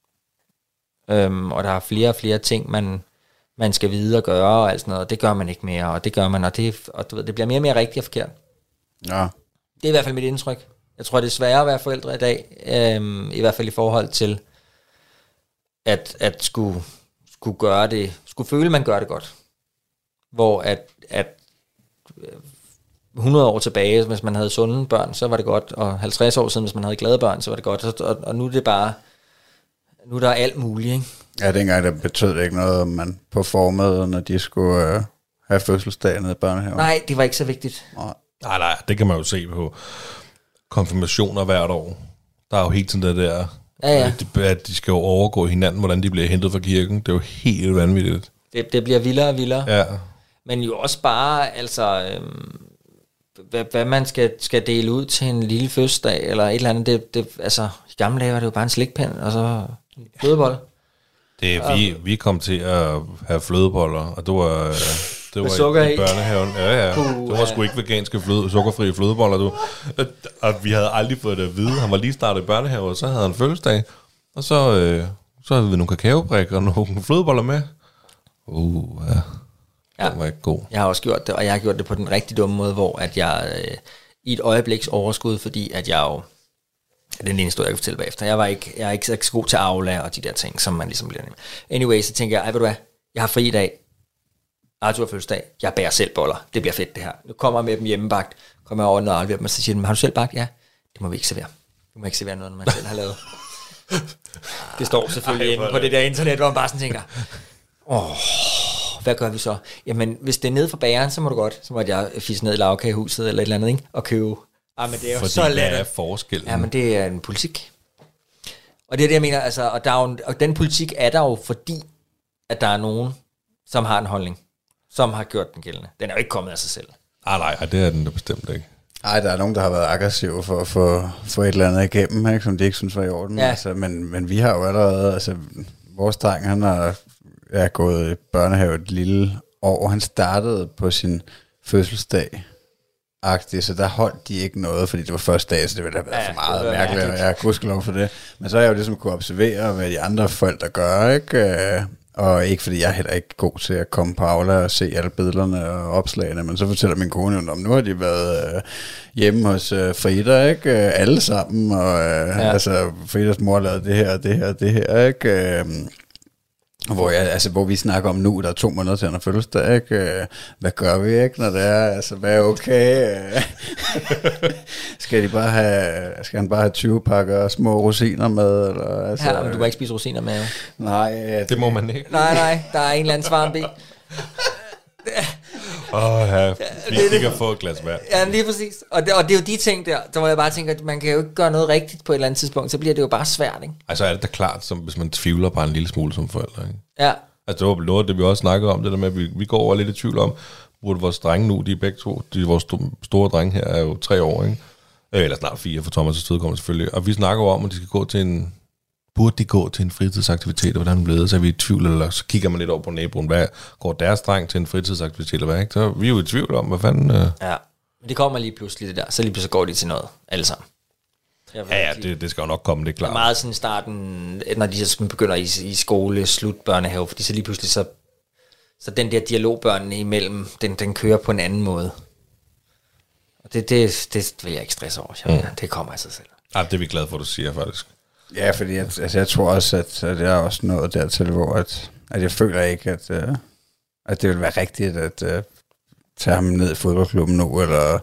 Øhm, og der er flere og flere ting, man, man skal vide og gøre, og alt sådan noget, og det gør man ikke mere, og det gør man, og det, og du ved, det bliver mere og mere rigtigt og forkert. Ja. Det er i hvert fald mit indtryk. Jeg tror, det er sværere at være forældre i dag, øhm, i hvert fald i forhold til, at, at skulle, skulle gøre det, skulle føle, man gør det godt. Hvor at, at hundrede år tilbage, hvis man havde sunde børn, så var det godt, og halvtreds år siden, hvis man havde glade børn, så var det godt, og, og nu er det bare, nu er der alt muligt, ikke? Ja, dengang der betød det ikke noget, om man performede, når de skulle øh, have fødselsdag nede i børnehaven. Nej, det var ikke så vigtigt. Nej. nej, nej, det kan man jo se på konfirmationer hvert år. Der er jo helt sådan det der, ja, ja. at de skal jo overgå hinanden, hvordan de bliver hentet fra kirken. Det er jo helt vanvittigt. Det, det bliver vildere og vildere. Ja. Men jo også bare, altså, øhm, hvad, hvad man skal, skal dele ud til en lille fødselsdag, eller et eller andet, det, det, altså, i gamle dage var det jo bare en slikpind, og så flødebolle. Det er, vi, vi kom til at have flødeboller, og det var, Det var sukker i, i. i børnehaven. Ja, ja. Puh, det var sgu ikke veganske fløde, sukkerfrie flødeboller, du. Og vi havde aldrig fået det at vide. Han var lige startet i børnehave, og så havde han fødselsdag. Og så, øh, så havde vi nogle kakaobrikker og nogle flødeboller med. Uh, ja. Ja. Det var ikke god. Jeg har også gjort det, og jeg har gjort det på den rigtig dumme måde, hvor at jeg øh, i et øjebliks overskud, fordi at jeg jo, det er den eneste, jeg kan fortælle bagefter, jeg var ikke, jeg er ikke så god til Aula og de der ting, som man ligesom bliver nemt. Anyway, så tænker jeg, ej, ved du hvad, jeg har fri i dag, Arthur har fødselsdag, jeg bærer selv boller, det bliver fedt det her. Nu kommer jeg med dem hjemmebagt, kommer jeg over og afleverer dem, og så siger de, har du selv bagt? Ja, det må vi ikke servere. Du må ikke servere noget, når man selv har lavet. Det står selvfølgelig inde på det der internet, hvor man bare sådan tænker, åh, hvad gør vi så? Jamen, hvis det er nede for bageren, så må du godt. Så må jeg fisse ned i lavkagehuset eller et eller andet, ikke? Og købe. Ah, men det er jo fordi så let. hvad er forskellen? Ja, men det er en politik. Og det er det, jeg mener, altså, og, der er jo, og den politik er der jo, fordi at der er nogen, som har en holdning, som har gjort den gældende. Den er jo ikke kommet af sig selv. Ah, nej, det er den da bestemt ikke. Nej, der er nogen, der har været aggressive for at få, få et eller andet igennem, ikke, som de ikke synes var i orden. Ja. Altså, men, men vi har jo allerede, altså vores dreng, han har er gået i børnehave et lille år. Han startede på sin fødselsdag agtigt, så der holdt de ikke noget, fordi det var første dag, så det ville have været Ja, for meget det var mærkeligt, og mærkeligt. jeg kunne lov for det. Men så har jeg jo ligesom kunne observere, hvad de andre forældre gør, ikke? Og ikke fordi jeg er heller ikke god til at komme på Aula og se alle billederne og opslagene, men så fortæller min kone jo om, nu har de været øh, hjemme hos øh, Frida, ikke? Alle sammen, og øh, ja. altså Fridas mor lavede det her, det her, det her, ikke? Øh, Hvor, jeg, altså, hvor vi snakker om nu, der er to måneder til han har fødselsdag, ikke? Hvad gør vi, ikke, når det er? Altså, hvad er okay? skal, de bare have, skal han bare have tyve pakker små rosiner med? Eller, altså, Ja, men du må ikke spise rosiner med, jo. Nej. Det, Det må man ikke. Nej, nej, der er en eller anden svarmbi. Åh, oh, ja. Vi det, kan få et glas vand. Ja, lige præcis. Og det, og det er jo de ting der, der hvor jeg bare tænker, at man kan jo ikke gøre noget rigtigt på et eller andet tidspunkt, så bliver det jo bare svært, ikke? Altså er det da klart, som, hvis man tvivler bare en lille smule som forældre, ikke? Ja. Altså det var noget, det vi også snakkede om, det der med, at vi, vi går over lidt i tvivl om, burde vores drenge nu, de er begge to, de, vores sto- store drenge her er jo tre år, ikke? Eller snart fire, for Thomas' vedkommende selvfølgelig. Og vi snakker jo om, at de skal gå til en, burde de gå til en fritidsaktivitet, og hvordan blev det, så er vi i tvivl, eller så kigger man lidt over på naboen, hvad går deres dreng til en fritidsaktivitet, eller hvad, ikke? Så vi er jo i tvivl om, hvad fanden... Øh... Ja, men det kommer lige pludselig det der, så lige pludselig går de til noget, alle sammen. Ja, ja, det, det skal jo nok komme, det er klart. Det er meget sådan starten, når de så begynder i, i skole, slut børnehave, fordi så lige pludselig så, så den der dialog børnene imellem, den, den kører på en anden måde. Og det, det, det vil jeg ikke stresse over, jeg, mm. det kommer af sig selv. Ja, det er vi glade for, at du siger, faktisk. Ja, fordi jeg, altså, jeg tror også, at, at jeg er også nået dertil, hvor at, at jeg føler ikke, at, uh, at det vil være rigtigt at uh, tage ham ned i fodboldklubben nu, eller...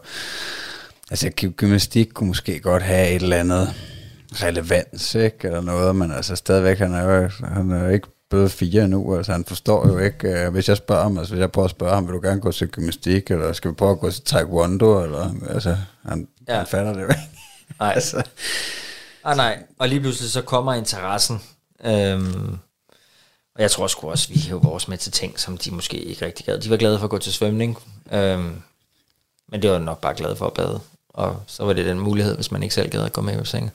Altså, gymnastik kunne måske godt have et eller andet relevans, ikke, eller noget, men altså stadigvæk, han er jo han er ikke blevet fire endnu, altså han forstår jo ikke, uh, hvis jeg spørger ham, altså hvis jeg prøver at spørge ham, vil du gerne gå til gymnastik, eller skal vi prøve at gå til taekwondo, eller, altså, han, ja. han fatter det jo ikke. Nej. altså. Ah, nej, og lige pludselig så kommer interessen, øhm, og jeg tror sgu også, vi hæver vores med til ting, som de måske ikke rigtig gad. De var glade for at gå til svømning, øhm, men det var nok bare glade for at bade. Og så var det den mulighed, hvis man ikke selv gad at gå med i bassinet.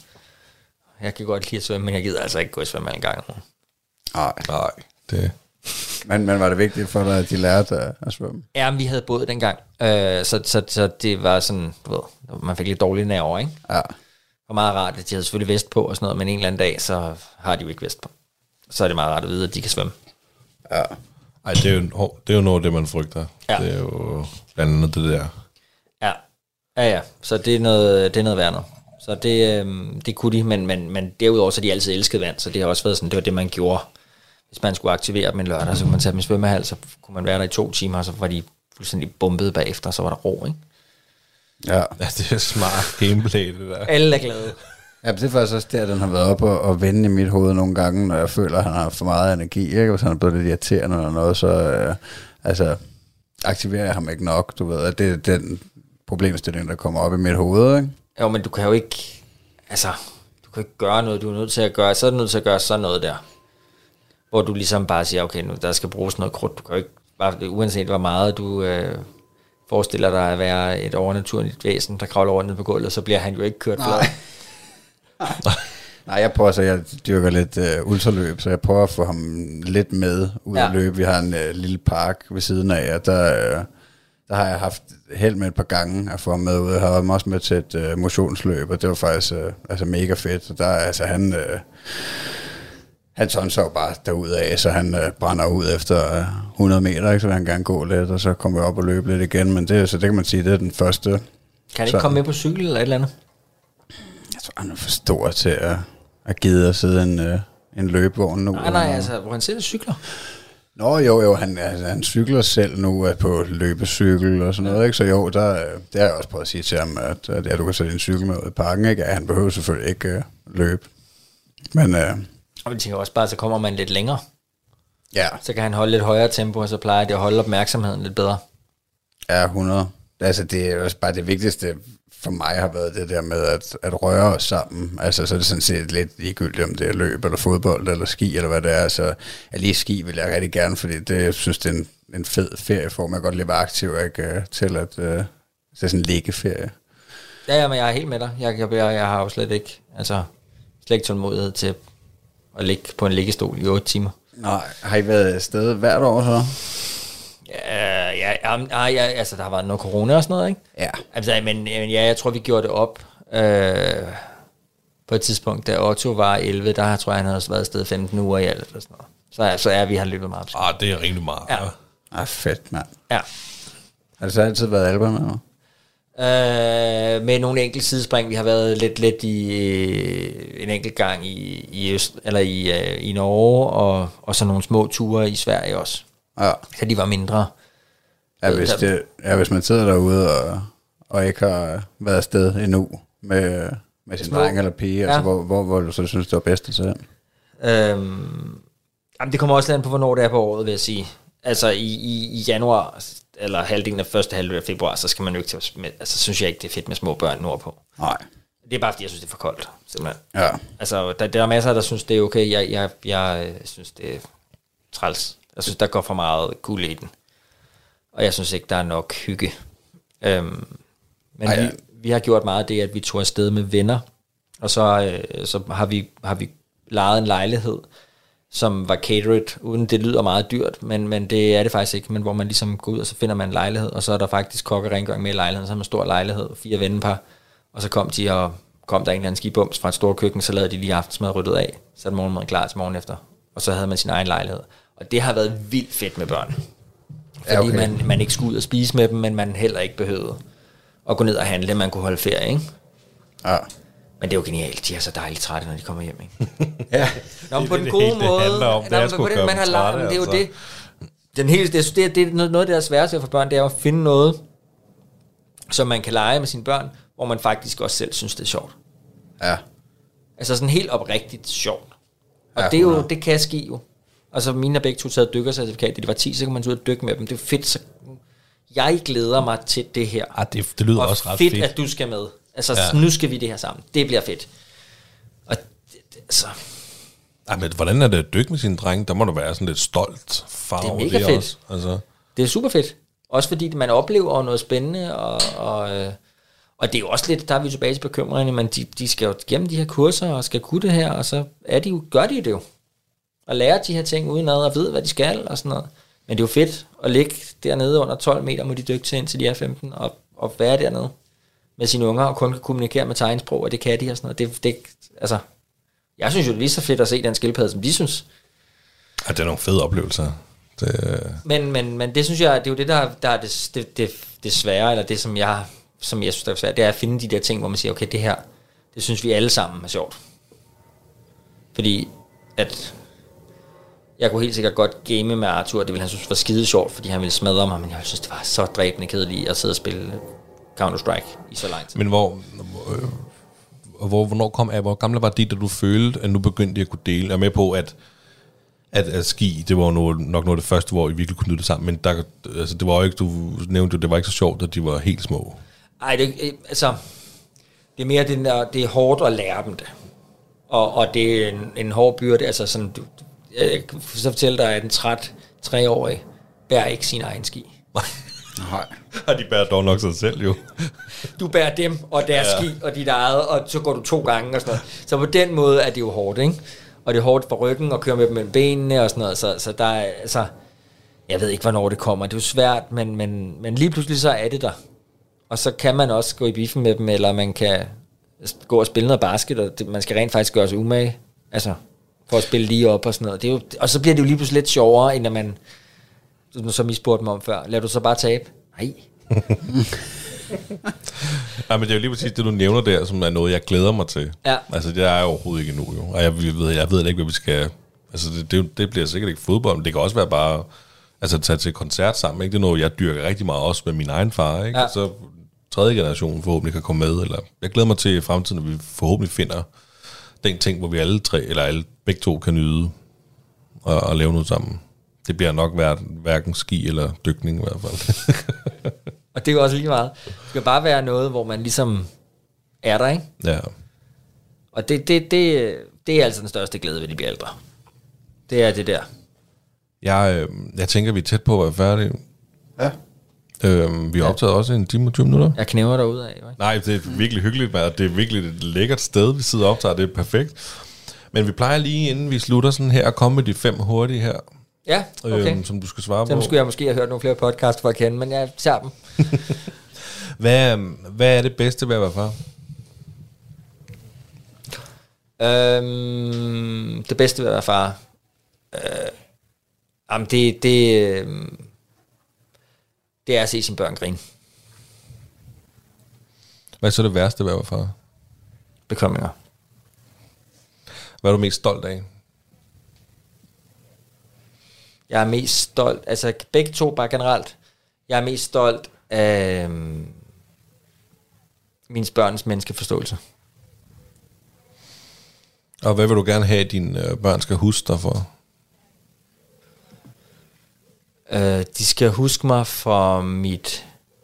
Jeg kan godt lide at svømme, men jeg gider altså ikke gå i svømme en gang. Nej, nej. Det. Men, men var det vigtigt for dig, at de lærte at, at svømme? Ja, men vi havde båd dengang, øh, så, så, så det var sådan, du ved, man fik lidt dårlige nerver, ikke? Ja. Og meget rart, at de havde selvfølgelig vest på og sådan noget, men en eller anden dag, så har de jo ikke vest på. Så er det meget rart at vide, at de kan svømme. Ja. Ej, det er jo, det er jo noget af det, man frygter. Ja. Det er jo blandt andet det der. Ja, ja, ja. Så det er noget, det er noget værd noget. Så det, øhm, det kunne de, men, men, men derudover så de altid elsket vand, så det har også været sådan, det var det, man gjorde. Hvis man skulle aktivere dem en lørdag, så kunne man tage dem i svømmehal, så kunne man være der i to timer, og så var de fuldstændig bumpet bagefter, og så var der ro, ikke? Ja. Ja, det er smart gameplay, det der. Alle er glade. Ja, det er faktisk også der, den har været op og, og vende i mit hoved nogle gange, når jeg føler, at han har for meget energi, ikke? Hvis han er blevet lidt irriterende eller noget, så øh, altså, aktiverer jeg ham ikke nok, du ved, at det er den problemstilling, der kommer op i mit hoved, ikke? Jo, men du kan jo ikke, altså, du kan ikke gøre noget, du er nødt til at gøre, så er du nødt til at gøre sådan noget der, hvor du ligesom bare siger, okay, nu der skal bruges noget krudt, du kan jo ikke, bare, uanset hvor meget du øh, forestiller dig at være et overnaturligt væsen, der kravler over ned på gulvet, så bliver han jo ikke kørt flad. Nej, Nej, jeg prøver så, jeg dyrker lidt uh, ultraløb, så jeg prøver at få ham lidt med ud ja. at løbe. Vi har en uh, lille park ved siden af, og der, uh, der har jeg haft held med et par gange at få ham med ud. Jeg har været også med til et uh, motionsløb, og det var faktisk uh, altså mega fedt. Der, altså, han, uh, han tonser jo bare derudad, så han uh, brænder ud efter uh, hundrede meter, ikke? Så vil han gerne gå lidt, og så kommer vi op og løbe lidt igen. Men det, så det kan man sige, det er den første. Kan han ikke så, komme med på cykel eller et eller andet? Jeg tror, han er for stor til at, at gide at sidde en, uh, en løbevogn nu. Nej, nej, altså, hvor han selv cykler. Nå, jo, jo, han, altså, han cykler selv nu uh, på løbecykel og sådan noget, ikke? Så jo, der, det har jeg også prøvet at sige til ham, at, at ja, du kan sætte din cykel med ud i parken, ikke? Ja, han behøver selvfølgelig ikke uh, løbe. Men... Uh, og vi tænker også bare, så kommer man lidt længere. Ja. Så kan han holde lidt højere tempo, og så plejer det at holde opmærksomheden lidt bedre. Ja, hundrede. Altså, det er også bare det vigtigste for mig har været det der med at, at røre os sammen. Altså, så er det sådan set lidt ligegyldigt, om det er løb, eller fodbold, eller ski, eller hvad det er. Altså, jeg lige ski vil jeg rigtig gerne, fordi det, jeg synes, det er en, en fed ferieform. Jeg kan godt leve aktiv, ikke? Til at uh, det er sådan en liggeferie. Ja, ja, men jeg er helt med dig. Jeg, jeg, jeg, jeg har jo slet ikke, altså, slet ikke tålmodighed til at ligge på en liggestol i otte timer. Nej, har I været afsted hvert år så? Ja, ja, ja, ja, altså der har været noget corona og sådan noget, ikke? Ja. Altså, men, men ja, jeg tror, vi gjorde det op øh, på et tidspunkt, da Otto var elleve, der tror jeg, han havde været afsted femten uger i alt, eller sådan noget. Så, så er vi har løbet meget. Ah, det er rimelig meget. Ja. Ah, fedt, mand. Ja. Har det så altid været Alba med mig? Øh, med nogle enkelte sidespring. Vi har været lidt lidt i øh, en enkelt gang i, i Øst, eller i, øh, i Norge, og, og så nogle små ture i Sverige også. Ja. Så de var mindre. Ja, hvis, det, ja, hvis man sidder derude og, og ikke har været afsted endnu med, med sin dreng eller pige, ja. Altså, hvor, hvor, hvor du så synes, det var bedst at tage hen? Øhm, jamen, det kommer også lidt på, hvornår det er på året, vil jeg sige. Altså i, i, i januar, eller halvdelen af første halvdel af februar, så skal man jo ikke til med, altså synes jeg ikke, det er fedt med små børn nordpå. Nej. Det er bare, fordi jeg synes, det er for koldt, simpelthen. Ja. Altså, der, der er masser, der synes, det er okay. Jeg, jeg, jeg synes, det er træls. Jeg synes, der går for meget kulde i den. Og jeg synes ikke, der er nok hygge. Øhm, men Ej, ja. vi, vi har gjort meget af det, at vi tog afsted med venner. Og så, øh, så har, vi, har vi lejet en lejlighed, som var catered, uden det lyder meget dyrt, men, men det er det faktisk ikke. Men hvor man ligesom går ud, og så finder man en lejlighed, og så er der faktisk kok og rengøring med i lejligheden. Så har man en stor lejlighed, fire vennepar. Og så kom de, og kom der en eller anden skibums fra et stort køkken, så lavede de lige aftensmad ryddet af. Så er morgenmaden klar til morgen efter. Og så havde man sin egen lejlighed. Og det har været vildt fedt med børn. Fordi ja, okay. man, man ikke skulle ud og spise med dem, men man heller ikke behøvede at gå ned og handle, man kunne holde ferie, ikke? Ja. Men det er jo genialt, de er så dejligt trætte, når de kommer hjem, ikke? Ja. Nå, men på den gode måde, om, det, nå, på den, man har lagt, det er jo altså. det. Den hele, det, det, det er noget af det, der er sværeste for børn, det er at finde noget, som man kan lege med sine børn, hvor man faktisk også selv synes, det er sjovt. Ja. Altså sådan helt oprigtigt sjovt. Og ja, det er jo, det kan ske jo. Altså mine har begge to taget dykkercertifikat, det var ti, så kan man ud og dykke med dem. Det er fedt, så jeg glæder mig til det her. Ah, det, det lyder og også ret fedt. fedt, at du skal med. Altså ja. Nu skal vi det her sammen. Det bliver fedt. Og det, det, altså... Ej, men hvordan er det at dykke med sine drenge? Der må du være sådan lidt stolt far. Det er mega det fedt. Også. Altså. Det er super fedt. Også fordi man oplever noget spændende, og, og, og det er jo også lidt, der er vi tilbage til bekymringen, men de, de skal jo gennem de her kurser, og skal kunne det her, og så er de jo, gør de det jo. Og lære de her ting udenad, og ved, hvad de skal, og sådan noget. Men det er jo fedt at ligge dernede under tolv meter, må de dykke til, indtil de er femten, og, og være dernede med sine unger, og kun kan kommunikere med tegnsprog, og det kan de, og sådan noget. Det, det, altså, jeg synes jo, det er lige så fedt at se den skildpadde, som de synes. Ja, det er nogle fede oplevelser. Det... Men, men, men det synes jeg, det er jo det, der, der er det, det, det, det svære, eller det, som jeg, som jeg synes, der er svært, det er at finde de der ting, hvor man siger, okay, det her, det synes vi alle sammen er sjovt. Fordi, at jeg kunne helt sikkert godt game med Arthur, det ville han synes var skide sjovt, fordi han ville smadre mig, men jeg synes, det var så dræbende kedeligt at sidde og spille Counter-Strike i så lang tid. Men hvor, hvor, hvor hvornår kom jeg, hvor gamle var det, da du følte, at nu begyndte jeg at kunne dele? Jeg er med på, at At, at ski, det var noget, nok noget af det første, hvor I virkelig kunne nyde det sammen, men der, altså, det var jo ikke, du nævnte jo, det var ikke så sjovt, at de var helt små. Ej, det, altså, det er mere, det er, det er hårdt at lære dem det, og, og det er en, en hård byrde, altså sådan, du, jeg kan så fortælle dig, at en træt treårig bærer ikke sin egen ski. Nej. Og de bærer dog nok sig selv, jo. Du bærer dem og deres ja. ski og dit eget, og så går du to gange og sådan noget. Så på den måde er det jo hårdt, ikke? Og det er hårdt for ryggen og køre med dem mellem benene og sådan noget. Så, så der er, altså... Jeg ved ikke, hvornår det kommer. Det er jo svært, men, men, men lige pludselig så er det der. Og så kan man også gå i biffen med dem, eller man kan gå og spille noget basket, og det, man skal rent faktisk gøre sig umage. Altså, for at spille lige op og sådan noget. Det er jo, og så bliver det jo lige pludselig lidt sjovere, end at man... Som I spurgte mig om før. Lad du så bare tabe? Nej. Nej, men det er jo lige præcis det, du nævner der, som er noget, jeg glæder mig til. Ja. Altså, det er jeg overhovedet ikke endnu, jo. Og jeg ved, jeg ved ikke, hvad vi skal... Altså, det, det, det bliver sikkert ikke fodbold, men det kan også være bare... Altså, tage til koncert sammen, ikke? Det er noget, jeg dyrker rigtig meget, også med min egen far, ikke? Ja. Og så tredje generation forhåbentlig kan komme med, eller... Jeg glæder mig til i fremtiden, at vi forhåbentlig finder den ting, hvor vi alle tre, eller alle begge to kan nyde og, og lave noget sammen. Det bliver nok hver, hverken ski eller dykning i hvert fald. Og det er jo også lige meget. Det skal bare være noget, hvor man ligesom er der, ikke? Ja. Og det, det, det, det er altså den største glæde ved de bliver ældre. Det er det der. Jeg, øh, jeg tænker, vi er tæt på at være færdige. Ja. Øh, vi har optaget også en time og tyve minutter. Jeg knæver derud af. Ikke? Nej, det er virkelig hyggeligt, og det er virkelig et lækkert sted, vi sidder og optager. Det er perfekt. Men vi plejer lige, inden vi slutter sådan her, at komme med de fem hurtige her. Ja, okay. Øh, som du skal svare Dem på. skulle jeg måske have hørt nogle flere podcasts for at kende, men jeg tager dem. hvad, hvad er det bedste ved at være far? Øhm, det bedste ved at være far? Øh, jamen, det, det, øh, det er at se sine børn grine. Hvad er så det værste ved at være far? Bekymringer. Hvad er du mest stolt af? Jeg er mest stolt, altså begge to bare generelt, jeg er mest stolt af øhm, mine børns menneskeforståelse. Og hvad vil du gerne have, at dine øh, børn skal huske dig for? Øh, de skal huske mig for mit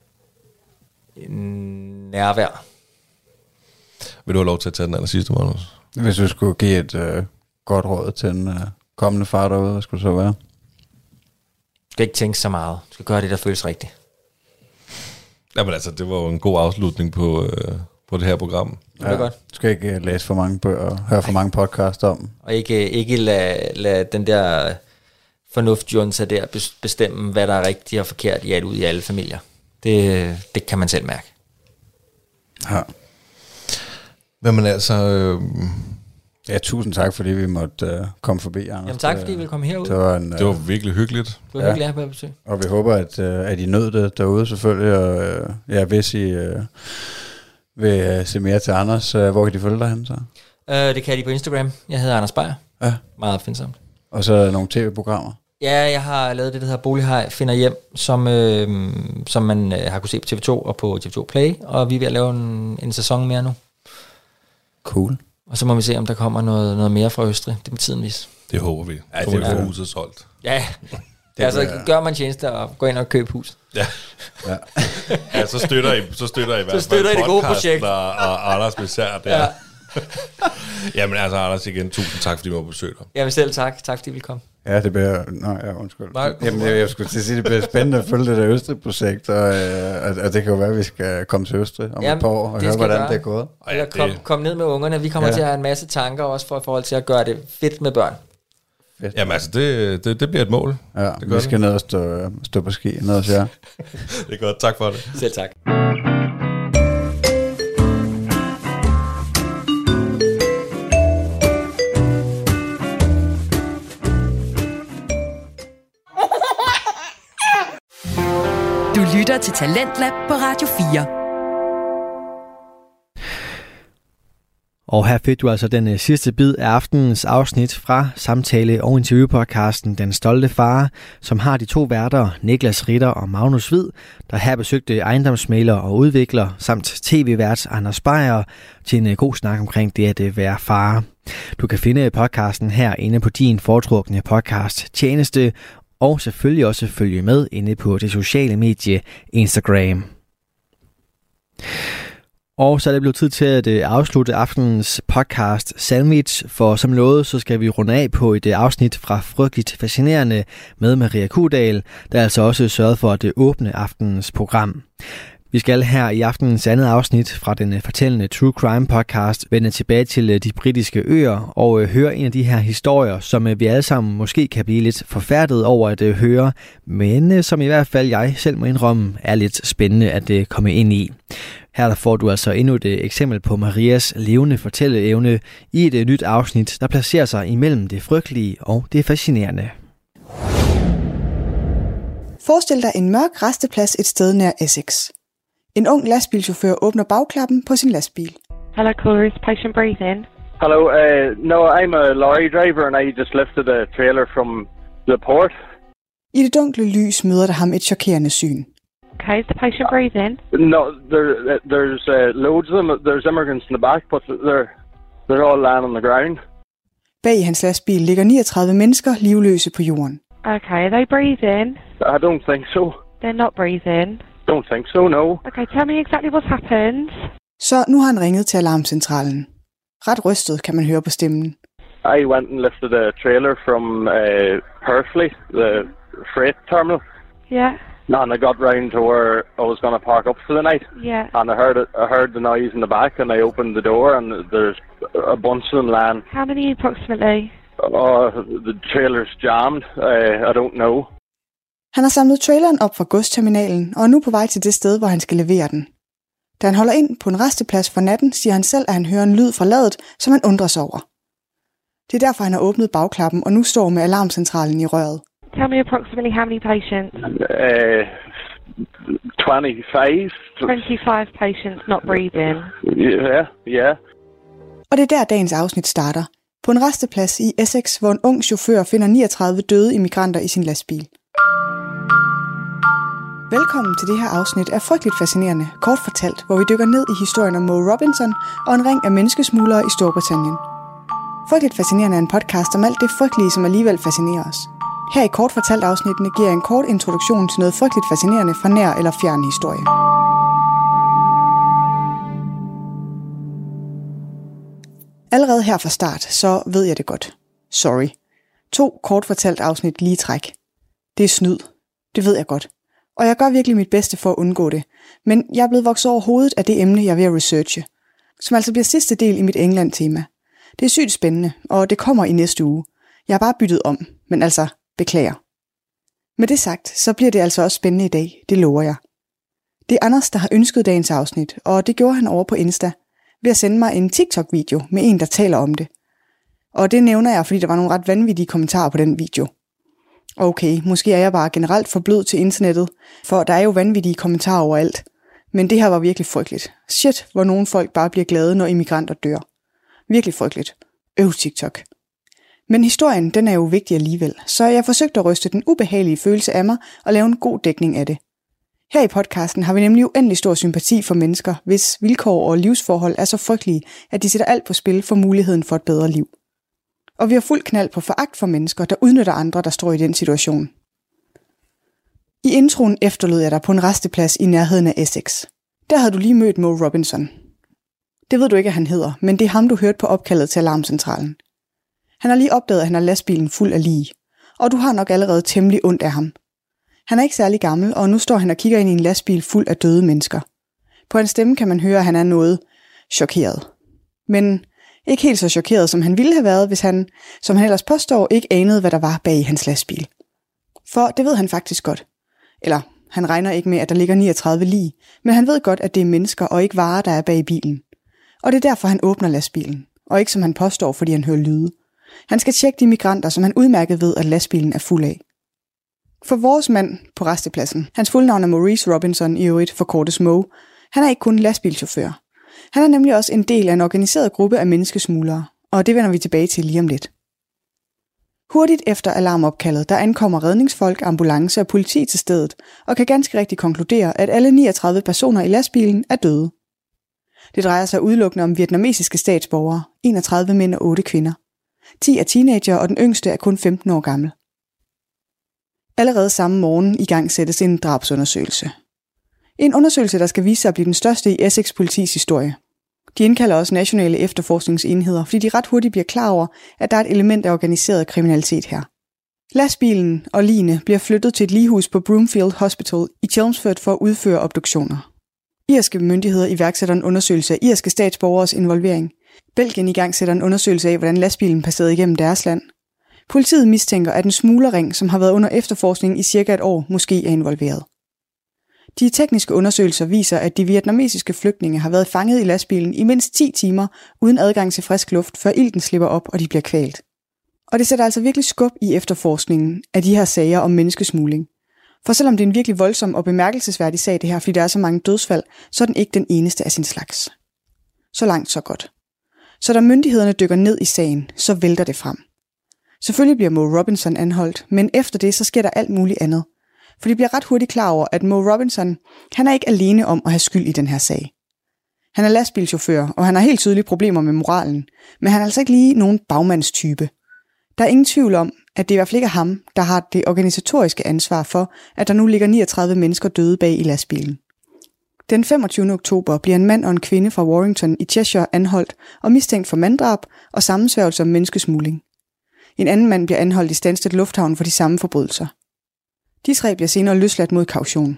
nærvær. Vil du have lov til at tage den aller sidste, Magnus? Hvis du skulle give et øh, godt råd til en øh, kommende far derude, hvad skulle det så være? Du skal ikke tænke så meget. Du skal gøre det, der føles rigtigt. Jamen altså, det var jo en god afslutning på, øh, på det her program. Ja, det er godt. Du skal ikke uh, læse for mange bøger og høre for mange podcasts om. Og ikke, ikke lade, lade den der fornuftjunta der bestemme, hvad der er rigtigt og forkert i alt ud i alle familier. Det, det kan man selv mærke. Ja. Men altså... Øh, ja, tusind tak, fordi vi måtte uh, komme forbi, Anders. Jamen tak, fordi I ville komme herud. Det var, en, uh, det var virkelig hyggeligt. Det var ja. hyggeligt at have på besøg. Og vi håber, at, uh, at I nød det derude selvfølgelig. Og uh, ja, hvis I uh, vil uh, se mere til Anders, uh, hvor kan de følge dig hen så? Uh, det kan de på Instagram. Jeg hedder Anders Beyer. Ja. Meget opfindsomt. Og så nogle tv-programmer. Ja, jeg har lavet det, der hedder Bolighaj finder hjem, som, øh, som man øh, har kunne se på T V to og på T V to Play. Og vi er ved at lave en, en sæson mere nu. Cool. Og så må vi se, om der kommer noget, noget mere fra Østrig. Det er med tiden vis. Det håber vi. Ja, så det er vi få huset solgt. Ja, det altså bliver... gør man tjeneste og gå ind og købe hus. Ja. Ja. Ja, så støtter I, så støtter I i hvert fald støtter I det gode projekt. Og, og Anders især der. Ja. Jamen altså, Anders, igen, tusind tak, fordi du var på besøg dig. Jamen selv tak. Tak, fordi I ville komme. Ja, det bliver... Nå, ja, undskyld. Nej, Jamen, jeg, jeg skulle til at sige, det bliver spændende at følge det der Østrig-projekt, og, og, og det kan jo være, at vi skal komme til Østrig om Jamen, et par år, og høre, hvordan gøre. det er gået. Eller kom, kom ned med ungerne. Vi kommer ja. til at have en masse tanker også for i forhold til at gøre det fedt med børn. Fedt. Jamen altså, det, det, det bliver et mål. Ja, det vi skal det. ned og stå, stå på ski, ned og sige. Det er godt, tak for det. Selv tak. Du lytter til Talentlab på Radio fire. Og her fik du altså den sidste bid af aftenens afsnit fra samtale- og interviewpodcasten Den Stolte Far, som har de to værter, Niklas Ritter og Magnus Hvid, der her besøgte ejendomsmægler og udvikler, samt tv-vært Anders Beyer til en god snak omkring det at være far. Du kan finde podcasten her inde på din foretrukne podcast tjeneste, og selvfølgelig også følge med inde på det sociale medie Instagram. Og så er det blevet tid til at afslutte aftenens podcast Sandwich, for som lovet, så skal vi runde af på et afsnit fra Frygteligt Fascinerende med Maria Kudal, der altså også sørgede for at åbne aftenens program. Vi skal her i aftenens andet afsnit fra den fortællende True Crime podcast vende tilbage til de britiske øer og høre en af de her historier, som vi alle sammen måske kan blive lidt forfærdet over at høre, men som i hvert fald jeg selv må indrømme er lidt spændende at komme ind i. Her der får du altså endnu et eksempel på Marias levende fortælleevne i et nyt afsnit, der placerer sig imellem det frygtelige og det fascinerende. Forestil dig en mørk resteplads et sted nær Essex. En ung lastbilchauffør åbner bagklappen på sin lastbil. Hello, caller. Is patient breathing? Hello. Uh, no, I'm a lorry driver and I just lifted a trailer from the port. I det dunkle lys møder der ham et chokerende syn. Okay, is the patient breathing? No, there, there's uh, loads of them. There's immigrants in the back, but they're they're all lying on the ground. Bag hans lastbil ligger niogtredive mennesker livløse på jorden. Okay, are they breathing? I don't think so. They're not breathing? Don't think so, no. Okay, tell me exactly what's happened. Så nu har han ringet til alarmcentralen. Ret rystet kan man høre på stemmen. I went and lifted a trailer from uh, Purfleet, the freight terminal. Yeah. And I got round to where I was going to park up for the night. Yeah. And I heard it, I heard the noise in the back, and I opened the door, and there's a bunch of them lying. How many approximately? Oh, the trailer's jammed. Uh, I don't know. Han har samlet traileren op fra godsterminalen og er nu på vej til det sted, hvor han skal levere den. Da han holder ind på en resteplads for natten, siger han selv, at han hører en lyd fra ladet, som han undrer sig over. Det er derfor, han har åbnet bagklappen og nu står med alarmcentralen i røret. Tell me approximately how many patients? Uh, twenty-five. twenty-five patients not breathing. Yeah, yeah. Og det er der, dagens afsnit starter. På en resteplads i Essex, hvor en ung chauffør finder niogtredive døde immigranter i sin lastbil. Velkommen til det her afsnit af Frygteligt Fascinerende, kort fortalt, hvor vi dykker ned i historien om Mo Robinson og en ring af menneskesmuglere i Storbritannien. Frygteligt Fascinerende er en podcast om alt det frygtelige, som alligevel fascinerer os. Her i kort fortalt afsnittene giver jeg en kort introduktion til noget frygteligt fascinerende fra nær eller fjern historie. Allerede her fra start, så ved jeg det godt. Sorry. To kort fortalt afsnit lige træk. Det er snyd. Det ved jeg godt. Og jeg gør virkelig mit bedste for at undgå det. Men jeg er blevet vokset over hovedet af det emne, jeg er ved at researche. Som altså bliver sidste del i mit England-tema. Det er sygt spændende, og det kommer i næste uge. Jeg har bare byttet om, men altså beklager. Med det sagt, så bliver det altså også spændende i dag. Det lover jeg. Det er Anders, der har ønsket dagens afsnit, og det gjorde han over på Insta ved at sende mig en TikTok-video med en, der taler om det. Og det nævner jeg, fordi der var nogle ret vanvittige kommentarer på den video. Okay, måske er jeg bare generelt for blød til internettet, for der er jo vanvittige kommentarer overalt. Men det her var virkelig frygteligt. Shit, hvor nogle folk bare bliver glade, når immigranter dør. Virkelig frygteligt. Øv TikTok. Men historien, den er jo vigtig alligevel, så jeg forsøgte at ryste den ubehagelige følelse af mig og lave en god dækning af det. Her i podcasten har vi nemlig uendelig stor sympati for mennesker, hvis vilkår og livsforhold er så frygtelige, at de sætter alt på spil for muligheden for et bedre liv. Og vi har fuld knald på foragt for mennesker, der udnytter andre, der står i den situation. I introen efterlod jeg dig på en resteplads i nærheden af Essex. Der havde du lige mødt Mo Robinson. Det ved du ikke, at han hedder, men det er ham, du hørte på opkaldet til alarmcentralen. Han har lige opdaget, at han har lastbilen fuld af lig, og du har nok allerede temmelig ondt af ham. Han er ikke særlig gammel, og nu står han og kigger ind i en lastbil fuld af døde mennesker. På hans stemme kan man høre, at han er noget chokeret. Men ikke helt så chokeret, som han ville have været, hvis han, som han ellers påstår, ikke anede, hvad der var bag hans lastbil. For det ved han faktisk godt. Eller han regner ikke med, at der ligger niogtredive lig, men han ved godt, at det er mennesker og ikke varer, der er bag bilen. Og det er derfor, han åbner lastbilen, og ikke som han påstår, fordi han hører lyde. Han skal tjekke de migranter, som han udmærket ved, at lastbilen er fuld af. For vores mand på restepladsen, hans fulde navn er Maurice Robinson, i øvrigt forkortes Mo, han er ikke kun lastbilchauffør. Han er nemlig også en del af en organiseret gruppe af menneskesmuglere, og det vender vi tilbage til lige om lidt. Hurtigt efter alarmopkaldet, der ankommer redningsfolk, ambulance og politi til stedet, og kan ganske rigtigt konkludere, at alle niogtredive personer i lastbilen er døde. Det drejer sig udelukkende om vietnamesiske statsborgere, enogtredive mænd og otte kvinder. ti er teenager, og den yngste er kun femten år gammel. Allerede samme morgen i gang sættes en drabsundersøgelse. En undersøgelse, der skal vise sig at blive den største i Essex politis historie. De indkalder også nationale efterforskningsenheder, fordi de ret hurtigt bliver klar over, at der er et element af organiseret kriminalitet her. Lastbilen og ligene bliver flyttet til et lighus på Broomfield Hospital i Chelmsford for at udføre obduktioner. Irske myndigheder iværksætter en undersøgelse af irske statsborgeres involvering. Belgien igangsætter en undersøgelse af, hvordan lastbilen passerede igennem deres land. Politiet mistænker, at en smuglerring, som har været under efterforskning i cirka et år, måske er involveret. De tekniske undersøgelser viser, at de vietnamesiske flygtninge har været fanget i lastbilen i mindst ti timer uden adgang til frisk luft, før ilten slipper op, og de bliver kvalt. Og det sætter altså virkelig skub i efterforskningen af de her sager om menneskesmugling. For selvom det er en virkelig voldsom og bemærkelsesværdig sag det her, fordi der er så mange dødsfald, så er den ikke den eneste af sin slags. Så langt, så godt. Så da myndighederne dykker ned i sagen, så vælter det frem. Selvfølgelig bliver Mo Robinson anholdt, men efter det, så sker der alt muligt andet. For de bliver ret hurtigt klar over, at Mo Robinson, han er ikke alene om at have skyld i den her sag. Han er lastbilchauffør, og han har helt tydelige problemer med moralen, men han er altså ikke lige nogen bagmandstype. Der er ingen tvivl om, at det i hvert fald ikke er ham, der har det organisatoriske ansvar for, at der nu ligger niogtredive mennesker døde bag i lastbilen. Den femogtyvende oktober bliver en mand og en kvinde fra Warrington i Cheshire anholdt og mistænkt for manddrab og sammensværgelse om menneskesmugling. En anden mand bliver anholdt i Stansted Lufthavn for de samme forbrydelser. De tre bliver senere løsladt mod kaution.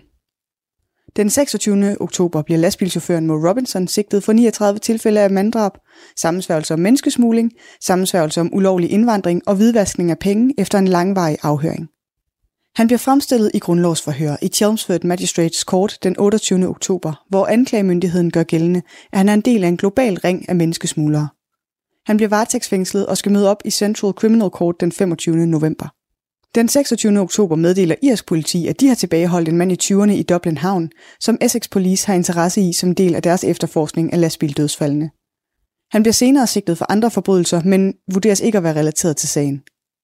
Den seksogtyvende oktober bliver lastbilchaufføren Mo Robinson sigtet for niogtredive tilfælde af manddrab, sammensværgelse om menneskesmugling, sammensværgelse om ulovlig indvandring og hvidvaskning af penge efter en langvarig afhøring. Han bliver fremstillet i grundlovsforhør i Chelmsford Magistrates Court den otteogtyvende oktober, hvor anklagemyndigheden gør gældende, at han er en del af en global ring af menneskesmuglere. Han bliver varetægtsfængslet og skal møde op i Central Criminal Court den femogtyvende november. Den seksogtyvende oktober meddeler irsk politi, at de har tilbageholdt en mand i tyverne i Dublin Havn, som Essex Police har interesse i som del af deres efterforskning af lastbildødsfaldene. Han bliver senere sigtet for andre forbrydelser, men vurderes ikke at være relateret til sagen.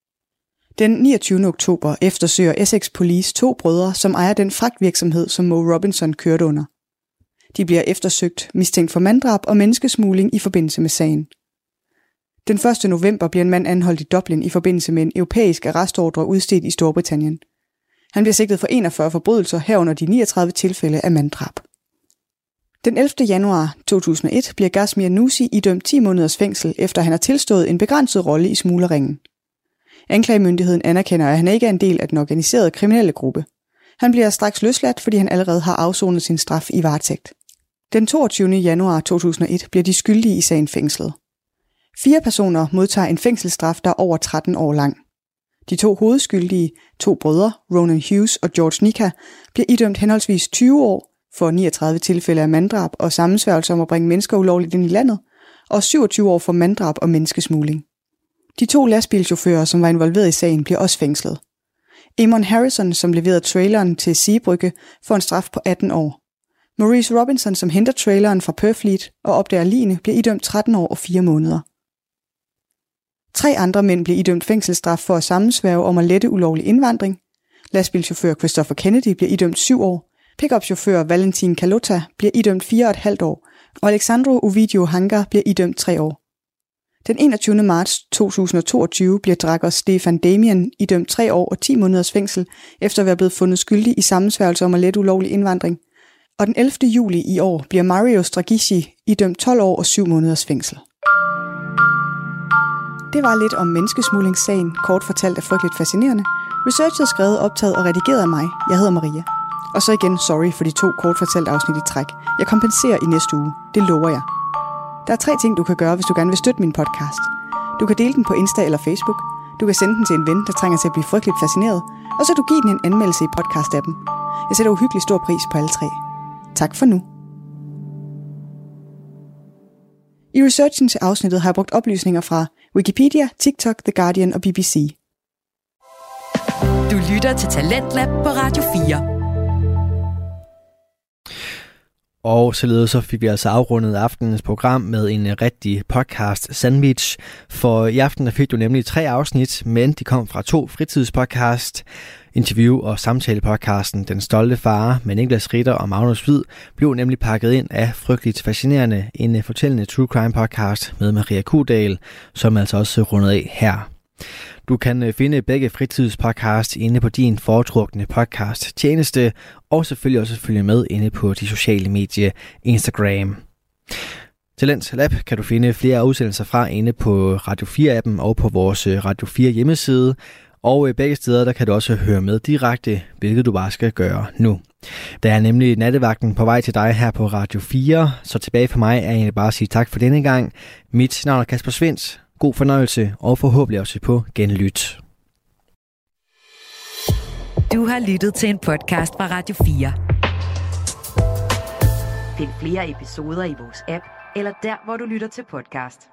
Den niogtyvende oktober eftersøger Essex Police to brødre, som ejer den fragtvirksomhed, som Mo Robinson kørte under. De bliver eftersøgt, mistænkt for manddrab og menneskesmugling i forbindelse med sagen. Den første november bliver en mand anholdt i Dublin i forbindelse med en europæisk arrestordre udstedt i Storbritannien. Han bliver sigtet for enogfyrre forbrydelser herunder de niogtredive tilfælde af manddrab. Den ellevte januar to tusind og et bliver Gazmir Nusi idømt ti måneders fængsel, efter han har tilstået en begrænset rolle i smuglerringen. Anklagemyndigheden anerkender, at han ikke er en del af den organiserede kriminelle gruppe. Han bliver straks løsladt, fordi han allerede har afsonet sin straf i varetægt. Den toogtyvende januar to tusind og et bliver de skyldige i sagen fængslet. Fire personer modtager en fængselsstraf, der er over tretten år lang. De to hovedskyldige, to brødre, Ronan Hughes og George Nika, bliver idømt henholdsvis tyve år for niogtredive tilfælde af manddrab og sammensværgelse om at bringe mennesker ulovligt ind i landet, og syvogtyve år for manddrab og menneskesmugling. De to lastbilchauffører, som var involveret i sagen, bliver også fængslet. Amon Harrison, som leverede traileren til Seabrygge, får en straf på atten år. Maurice Robinson, som henter traileren fra Purfleet og opdager ligene, bliver idømt tretten år og fire måneder. Tre andre mænd bliver idømt fængselsstraf for at sammensværge om at lette ulovlig indvandring. Lastbilchauffør Christopher Kennedy bliver idømt syv år. Pickupchauffør Valentin Kalota bliver idømt fire og et halvt år. Og Alexandro Ovidio Hangar bliver idømt tre år. Den enogtyvende marts to tusind og toogtyve bliver drakker Stefan Damien idømt tre år og ti måneders fængsel, efter at være blevet fundet skyldig i sammensværgelse om at lette ulovlig indvandring. Og den ellevte juli i år bliver Mario Stragici idømt tolv år og syv måneders fængsel. Det var lidt om menneskesmuglingssagen, kort fortalt er frygteligt fascinerende. Researchet skrevet, optaget og redigeret af mig. Jeg hedder Maria. Og så igen sorry for de to kort fortalt afsnit i træk. Jeg kompenserer i næste uge. Det lover jeg. Der er tre ting, du kan gøre, hvis du gerne vil støtte min podcast. Du kan dele den på Insta eller Facebook. Du kan sende den til en ven, der trænger til at blive frygteligt fascineret. Og så kan du give den en anmeldelse i podcast-appen. Jeg sætter uhyggelig stor pris på alle tre. Tak for nu. I researchen til afsnittet har jeg brugt oplysninger fra Wikipedia, TikTok, The Guardian og B B C. Du lytter til Talentlab på Radio fire. Og således så fik vi altså afrundet aftenens program med en rigtig podcast sandwich. For i aften der fik du nemlig tre afsnit, men de kom fra to fritidspodcast. Interview- og samtalepodcasten Den Stolte Far med Niklas Ritter og Magnus Hvid blev nemlig pakket ind af Frygteligt Fascinerende, en fortællende true crime podcast med Maria Kudal, som altså også rundet af her. Du kan finde begge fritidspodcasts inde på din foretrukne podcast tjeneste, og selvfølgelig også følge med inde på de sociale medier Instagram. Talent Lab kan du finde flere udsendelser fra inde på Radio fire-appen og på vores Radio fire hjemmeside. Og begge steder der kan du også høre med direkte, hvilket du bare skal gøre nu. Der er nemlig nattevagten på vej til dig her på Radio fire, så tilbage for mig er jeg egentlig bare at sige tak for denne gang. Mit navn er Kasper Svindt. God fornøjelse og forhåbentlig også på genlyt. Du har lyttet til en podcast fra Radio fire. Find flere episoder i vores app, eller der, hvor du lytter til podcast.